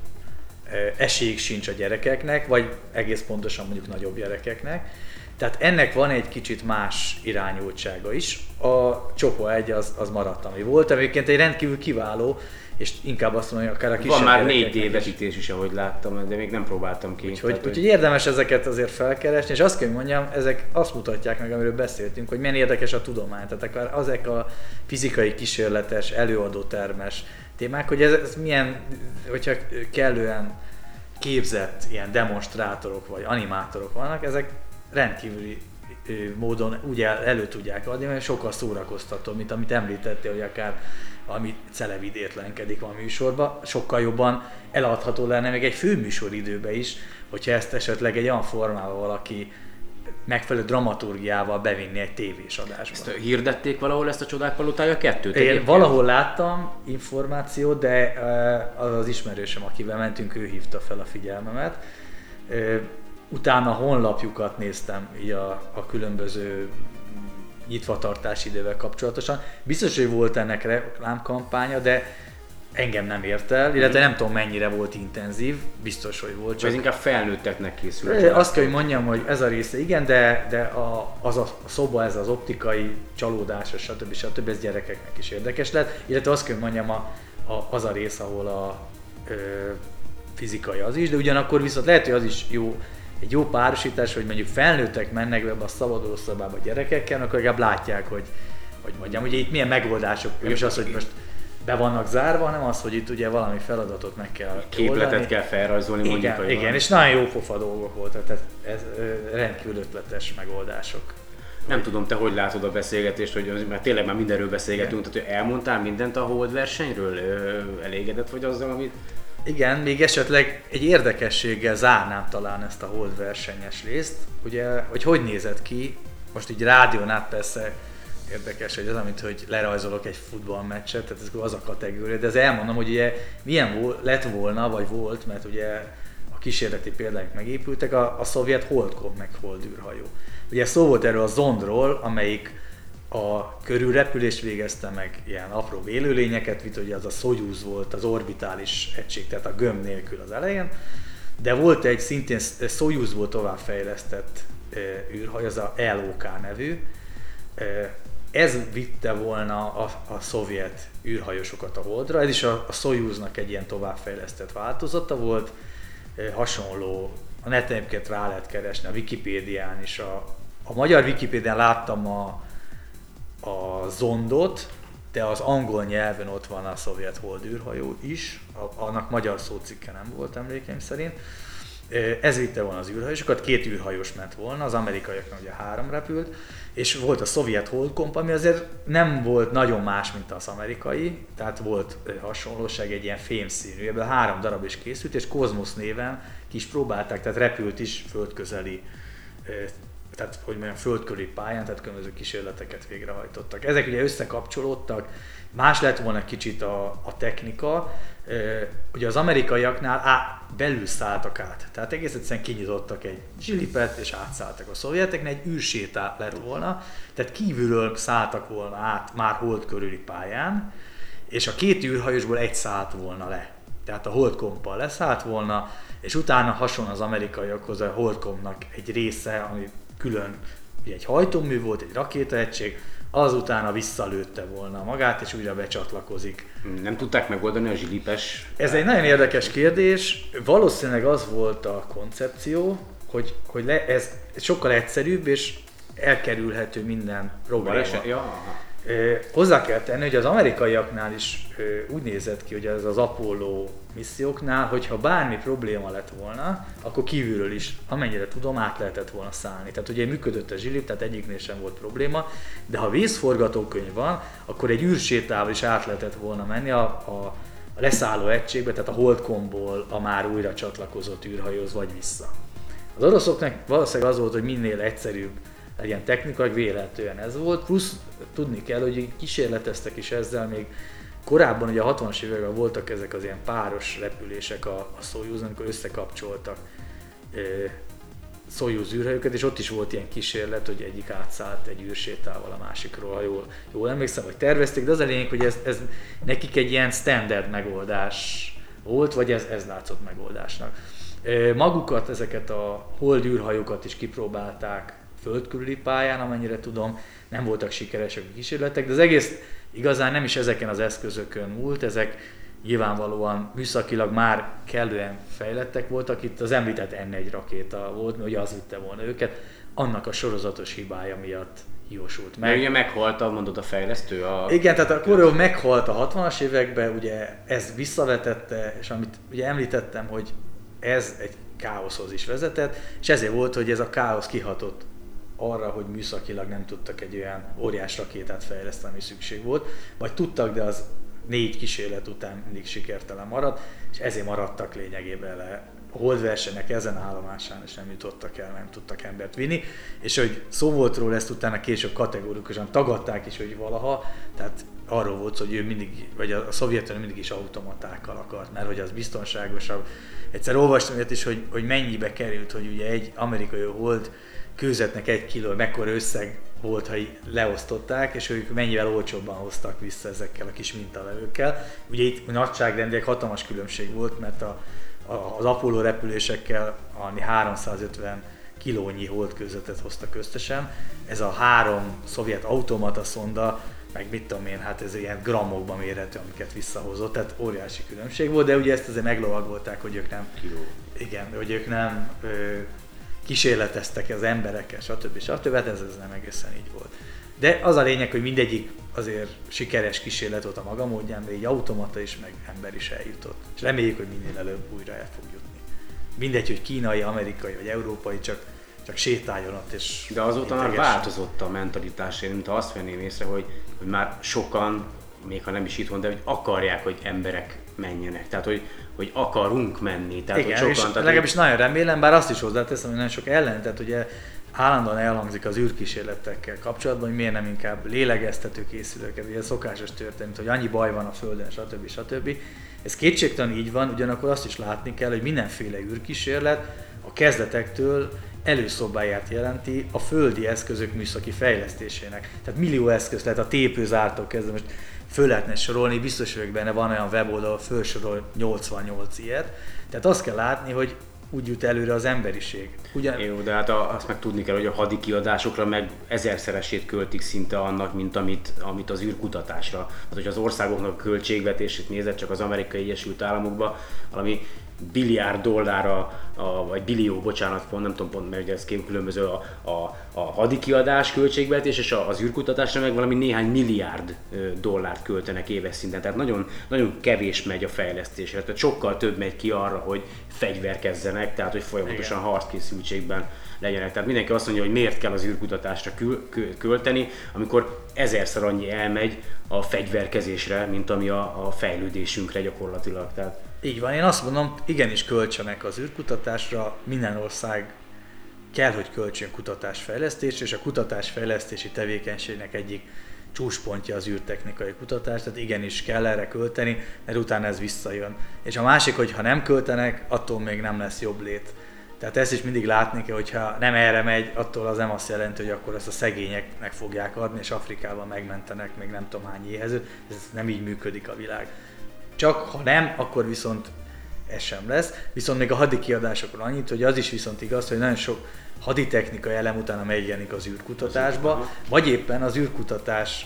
esélyük sincs a gyerekeknek, vagy egész pontosan mondjuk nagyobb gyerekeknek. Tehát ennek van egy kicsit más irányultsága is. A Csopa egy az, az maradt, ami volt, egyébként egy rendkívül kiváló, és inkább azt mondom, hogy akár a kisebb van már négy gyerekeknek dé vetítés is, ahogy láttam, de még nem próbáltam ki. Úgyhogy, Tehát, úgyhogy érdemes ezeket azért felkeresni, és azt kell, hogy mondjam, ezek azt mutatják meg, amiről beszéltünk, hogy milyen érdekes a tudomány. Tehát akár azek a fizikai kísérletes, előadótermes témák, hogy ez, ez milyen, hogyha kellően képzett ilyen demonstrátorok vagy animátorok vannak, ezek rendkívüli módon úgy el, elő tudják adni, mert sokkal szórakoztató, mint amit említettél, hogy akár valami celevidétlenkedik van műsorban, sokkal jobban eladható lenne még egy főműsoridőben is, hogyha ezt esetleg egy olyan formával valaki megfelelő dramaturgiával bevinni egy tévés adásba. Ezt hirdették valahol ezt a Csodák palotája kettőt? Én egyébként? Valahol láttam információt, de az az ismerősöm, akivel mentünk, ő hívta fel a figyelmemet. Utána honlapjukat néztem így a, a különböző nyitvatartási idővel kapcsolatosan. Biztos, hogy volt ennek reklámkampánya, de engem nem ért el, illetve nem tudom mennyire volt intenzív, biztos, hogy volt. Csak ez inkább felnőtteknek készül. Azt kell, hogy mondjam, hogy ez a része igen, de, de a, az a szoba, ez az optikai csalódás, stb. stb. Ez gyerekeknek is érdekes lett, illetve azt kell, hogy mondjam, a, a, az a rész, ahol a ö, fizikai az is, de ugyanakkor viszont lehet, hogy az is jó, egy jó párosítás, hogy mondjuk felnőttek mennek be a szabaduló szobába a gyerekekkel, akkor legalább látják, hogy, hogy mondjam, ugye itt milyen megoldások, és az, hogy most be vannak zárva, hanem az, hogy itt ugye valami feladatot meg kell képletet oldani. kell felrajzolni, mondjuk. Igen, igen, és nagyon jó pofa dolgok voltak, tehát ez rendkívül ötletes megoldások. Nem tudom, te hogy látod a beszélgetést, hogy mert tényleg már mindenről beszélgetünk, igen. Tehát hogy elmondtál mindent a Hold versenyről? Elégedett vagy azzal, amit... Igen, még esetleg egy érdekességgel zárnám talán ezt a Hold versenyes részt, ugye, hogy hogy nézett ki, most így rádión át persze érdekes, hogy az, amit hogy lerajzolok egy futballmeccset, tehát ez az a kategória, de ez elmondom, hogy ugye milyen vol, lett volna, vagy volt, mert ugye a kísérleti példák megépültek, a, a szovjet Holdkop meg holdűrhajó. Ugye szó volt erről a Zondról, amelyik a körülrepülést végezte meg, ilyen apró élőlényeket vitt, ugye az a Szojuz volt az orbitális egység, tehát a gömb nélkül az elején, de volt egy szintén Szojuzból továbbfejlesztett e, űrhajó, az a el o ká nevű. E, ez vitte volna a, a szovjet űrhajósokat a Holdra, ez is a, a Szojuznak egy ilyen továbbfejlesztett változata volt, e, hasonló, a neten egyébként rá lehet keresni, a Wikipédián is, a, a magyar Wikipédián láttam a, a Zondot, de az angol nyelven ott van a szovjet holdűrhajó is, a, annak magyar szócikke nem volt emlékeim szerint. Ez vitte volna az űrhajósokat, két űrhajós ment volna, az amerikaiaknak ugye három repült, és volt a szovjet Holdkomp, ami azért nem volt nagyon más, mint az amerikai, tehát volt hasonlóság, egy ilyen fémszínű, ebből három darab is készült, és Cosmos néven ki is próbálták, tehát repült is földközeli, tehát hogy mondjam, földkörüli pályán, tehát különböző kísérleteket végrehajtottak. Ezek ugye összekapcsolódtak, más lett volna kicsit a, a technika, ugye az amerikaiaknál á, belül szálltak át, tehát egész egyszerűen kinyitottak egy zsilipet és átszálltak. A szovjeteknél egy űrsétá lett volna, tehát kívülről szálltak volna át már hold körüli pályán, és a két űrhajósból egy szállt volna le. Tehát a Holdkompal leszállt volna, és utána hasonló az amerikaiakhoz a Holdkompnak egy része, ami külön ugye egy hajtómű volt, egy rakétaegység, azutána visszalőtte volna magát, és újra becsatlakozik. Nem tudták megoldani a zsilipes? Ez egy nagyon érdekes kérdés. Valószínűleg az volt a koncepció, hogy, hogy le, ez sokkal egyszerűbb és elkerülhető minden probléma. Ja. Hozzá kell tenni, hogy az amerikaiaknál is úgy nézett ki, hogy ez az Apollo misszióknál, hogyha bármi probléma lett volna, akkor kívülről is, amennyire tudom, át lehetett volna szállni. Tehát ugye működött a zsilip, tehát egyiknél sem volt probléma, de ha vészforgatókönyv van, akkor egy űrsétával is át lehetett volna menni a, a, a leszálló egységbe, tehát a Holdkompból a már újra csatlakozott űrhajóhoz vagy vissza. Az oroszoknak valószínűleg az volt, hogy minél egyszerűbb legyen technikai, véletlenül ez volt, plusz tudni kell, hogy kísérleteztek is ezzel még korábban, ugye a hatvanas években voltak ezek az ilyen páros repülések a, a Szojuz, amikor összekapcsoltak e, Szojuz űrhajókat, és ott is volt ilyen kísérlet, hogy egyik átszállt egy űrsétával a másikról, ha jól, jól emlékszem, vagy tervezték, de az a lényeg, hogy ez, ez nekik egy ilyen standard megoldás volt, vagy ez, ez látszott megoldásnak. E, magukat, ezeket a hold űrhajókat is kipróbálták földkörüli pályán, amennyire tudom, nem voltak sikeresek a kísérletek, de az egész igazán nem is ezeken az eszközökön múlt, ezek nyilvánvalóan műszakilag már kellően fejlettek voltak, itt az említett en egy rakéta volt, mert ugye az vitte volna őket, annak a sorozatos hibája miatt jósult meg. Mert ugye meghalt, mondod, a fejlesztő? A... Igen, tehát a Koreo meghalt a hatvanas években, ugye ez visszavetette, és amit ugye említettem, hogy ez egy káoszhoz is vezetett, és ezért volt, hogy ez a káosz kihatott arra, hogy műszakilag nem tudtak egy olyan óriás rakétát fejleszteni, ami szükség volt, vagy tudtak, de az négy kísérlet után mindig sikertelen maradt, és ezért maradtak lényegében le a holdversenyek ezen állomásán, és nem jutottak el, nem tudtak embert vinni, és hogy szó volt róla, ezt utána később kategórikusan tagadták is, hogy valaha, tehát arról volt, hogy ő mindig, vagy a Szovjetunió mindig is automatákkal akart, mert hogy az biztonságosabb. Egyszer olvastam ilyet is, hogy, hogy mennyibe került, hogy ugye egy amerikai hold kőzetnek egy kiló, mekkora összeg volt, ha leosztották, és ők mennyivel olcsóbban hoztak vissza ezekkel a kis mintavevőkkel. Ugye itt nagyságrendileg hatalmas különbség volt, mert a, a, az Apollo repülésekkel ami háromszázötven kilónyi holdkőzetet hoztak összesen. Ez a három szovjet automata szonda, meg mit tudom én, hát ez ilyen grammokban mérhető, amiket visszahozott, tehát óriási különbség volt, de ugye ezt azért meglovagolták, hogy ők nem, Kiló. igen, hogy ők nem ö, kísérleteztek az emberekkel, stb. stb. Hát ez, ez nem egészen így volt. De az a lényeg, hogy mindegyik azért sikeres kísérlet volt a maga módján, de így automata is, meg ember is eljutott. És reméljük, hogy minél előbb újra el fog jutni. Mindegy, hogy kínai, amerikai vagy európai, csak, csak sétáljon ott és... De azóta már változott a mentalitás, én mintha azt venném észre, hogy, hogy már sokan, még ha nem is itt van, de hogy akarják, hogy emberek menjenek. Tehát, hogy, hogy akarunk menni. Tehát, igen, hogy és sokan, tehát, legalábbis nagyon remélem, bár azt is hozzáteszem, hogy nagyon sok ellen, tehát ugye állandóan elhangzik az űrkísérletekkel kapcsolatban, hogy miért nem inkább lélegeztetőkészülőket, ugye szokásos történet, hogy annyi baj van a Földön, stb. stb. Ez kétségtelen így van, ugyanakkor azt is látni kell, hogy mindenféle űrkísérlet a kezdetektől előszobáját jelenti a földi eszközök műszaki fejlesztésének. Tehát millió eszköz lehet a tépőzártól kezdve, most föl lehetne sorolni, biztos vagyok benne, van olyan weboldal, felsorol nyolcvannyolc ilyet. Tehát azt kell látni, hogy úgy jut előre az emberiség. Ugyan... Jó, de hát a, azt meg tudni kell, hogy a hadi kiadásokra meg ezerszeresét költik szinte annak, mint amit, amit az űrkutatásra. Hát, hogy az országoknak a költségvetését nézett, csak az Amerikai Egyesült Államokban valami billiárd dollárra, a, vagy billió, bocsánat, pont, nem tudom pont, mert ugye ez két különböző a, a, a hadikiadás költségvetés, és az űrkutatásra meg valami néhány milliárd dollárt költenek éves szinten. Tehát nagyon, nagyon kevés megy a fejlesztésre, tehát sokkal több megy ki arra, hogy fegyverkezzenek, tehát hogy folyamatosan igen, harckészültségben legyenek. Tehát mindenki azt mondja, hogy miért kell az űrkutatásra költeni, amikor ezerszer annyi elmegy a fegyverkezésre, mint ami a, a fejlődésünkre gyakorlatilag. Tehát így van, én azt mondom, igenis költsenek az űrkutatásra, minden ország kell, hogy költsön kutatásfejlesztésre, és a kutatásfejlesztési tevékenységnek egyik csúcspontja az űrtechnikai kutatás, tehát igenis kell erre költeni, mert utána ez visszajön. És a másik, hogy ha nem költenek, attól még nem lesz jobb lét. Tehát ezt is mindig látni kell, hogyha nem erre megy, attól az nem azt jelenti, hogy akkor ezt a szegényeknek fogják adni, és Afrikában megmentenek még nem tudom hány éhezőt, ez nem így működik a világ. Csak ha nem, akkor viszont ez sem lesz. Viszont még a hadikiadásokról annyit, hogy az is viszont igaz, hogy nagyon sok haditechnikai elem utána megjelenik az űrkutatásba, vagy éppen az űrkutatás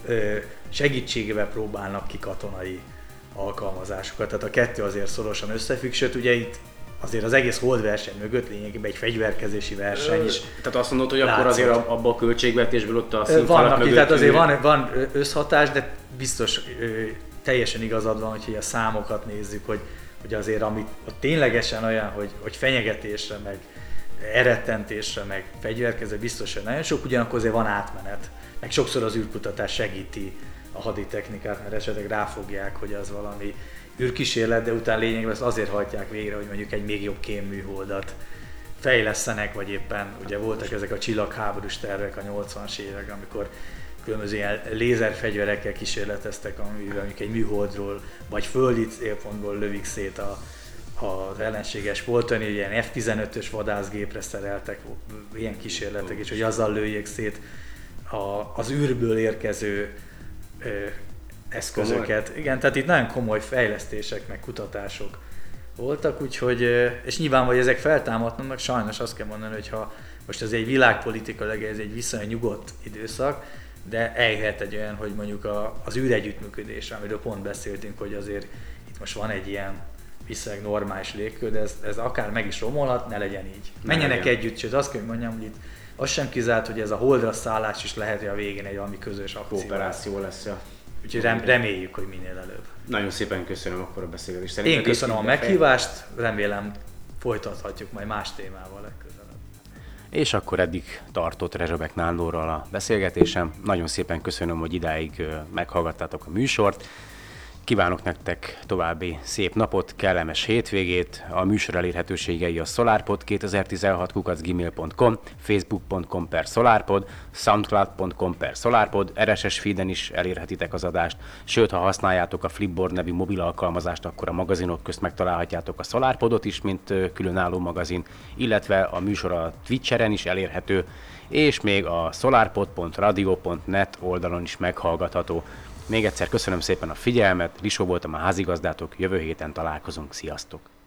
segítségével próbálnak ki katonai alkalmazásokat. Tehát a kettő azért szorosan összefügg, sőt ugye itt azért az egész holdverseny mögött lényegében egy fegyverkezési verseny is. Tehát azt mondod, hogy látszott. Akkor azért abban a költségvetésből ott a színfalak mögött... Tehát azért van, van összhatás, de biztos teljesen igazad van, hogy a számokat nézzük, hogy, hogy azért amit ott ténylegesen olyan, hogy, hogy fenyegetésre, meg elrettentésre, meg fegyverkező biztos, hogy nagyon sok, ugyanakkor azért van átmenet. Meg sokszor az űrkutatás segíti a haditechnikát, mert esetleg ráfogják, hogy az valami űrkísérlet, de utána lényegben ezt azért hajtják végre, hogy mondjuk egy még jobb kémműholdat fejlesztenek, vagy éppen ugye voltak ezek a csillagháborús tervek a nyolcvanas évek, amikor különböző ilyen lézerfegyverekkel kísérleteztek, amivel mondjuk egy műholdról vagy földi célpontból lövik szét a, az ellenséges poltoni, ilyen ef tizenötös vadászgépre szereltek ilyen kísérletek, és hogy azzal lőjék szét a, az űrből érkező ö, eszközöket. Komoly. Igen, tehát itt nagyon komoly fejlesztések, meg kutatások voltak, úgyhogy, és nyilván, hogy ezek feltámadnak, sajnos azt kell mondani, hogy ha most ez egy világpolitikailag, ez egy viszonylag nyugodt időszak, de eljöhet egy olyan, hogy mondjuk a, az űregyüttműködés, amiről pont beszéltünk, hogy azért itt most van egy ilyen viszonylag normális légkör, de ez, ez akár meg is romolhat, ne legyen így. Menjenek ne együtt, sőt azt kell, hogy mondjam, hogy itt az sem kizárt, hogy ez a holdra szállás is lehet, hogy a végén egy valami közös akció. Kooperáció lesz. Ja. Úgyhogy rem, reméljük, hogy minél előbb. Nagyon szépen köszönöm akkor a beszélgetést. Én köszönöm a meghívást, remélem folytathatjuk majd más témával legközelebb. És akkor eddig tartott Rezsebek Nándorral a beszélgetésem. Nagyon szépen köszönöm, hogy idáig meghallgattátok a műsort. Kívánok nektek további szép napot, kellemes hétvégét. A műsor elérhetőségei a solarpod kétezer-tizenhat kukac gmail pont com, facebook pont com per solarpod, soundcloud pont com per solarpod, er es es feeden is elérhetitek az adást, sőt, ha használjátok a Flipboard nevű mobil alkalmazást, akkor a magazinok közt megtalálhatjátok a Solarpodot is, mint különálló magazin, illetve a műsor a Twitcheren is elérhető, és még a solarpod pont radio pont net oldalon is meghallgatható. Még egyszer köszönöm szépen a figyelmet, Risó voltam a házigazdátok, jövő héten találkozunk, sziasztok!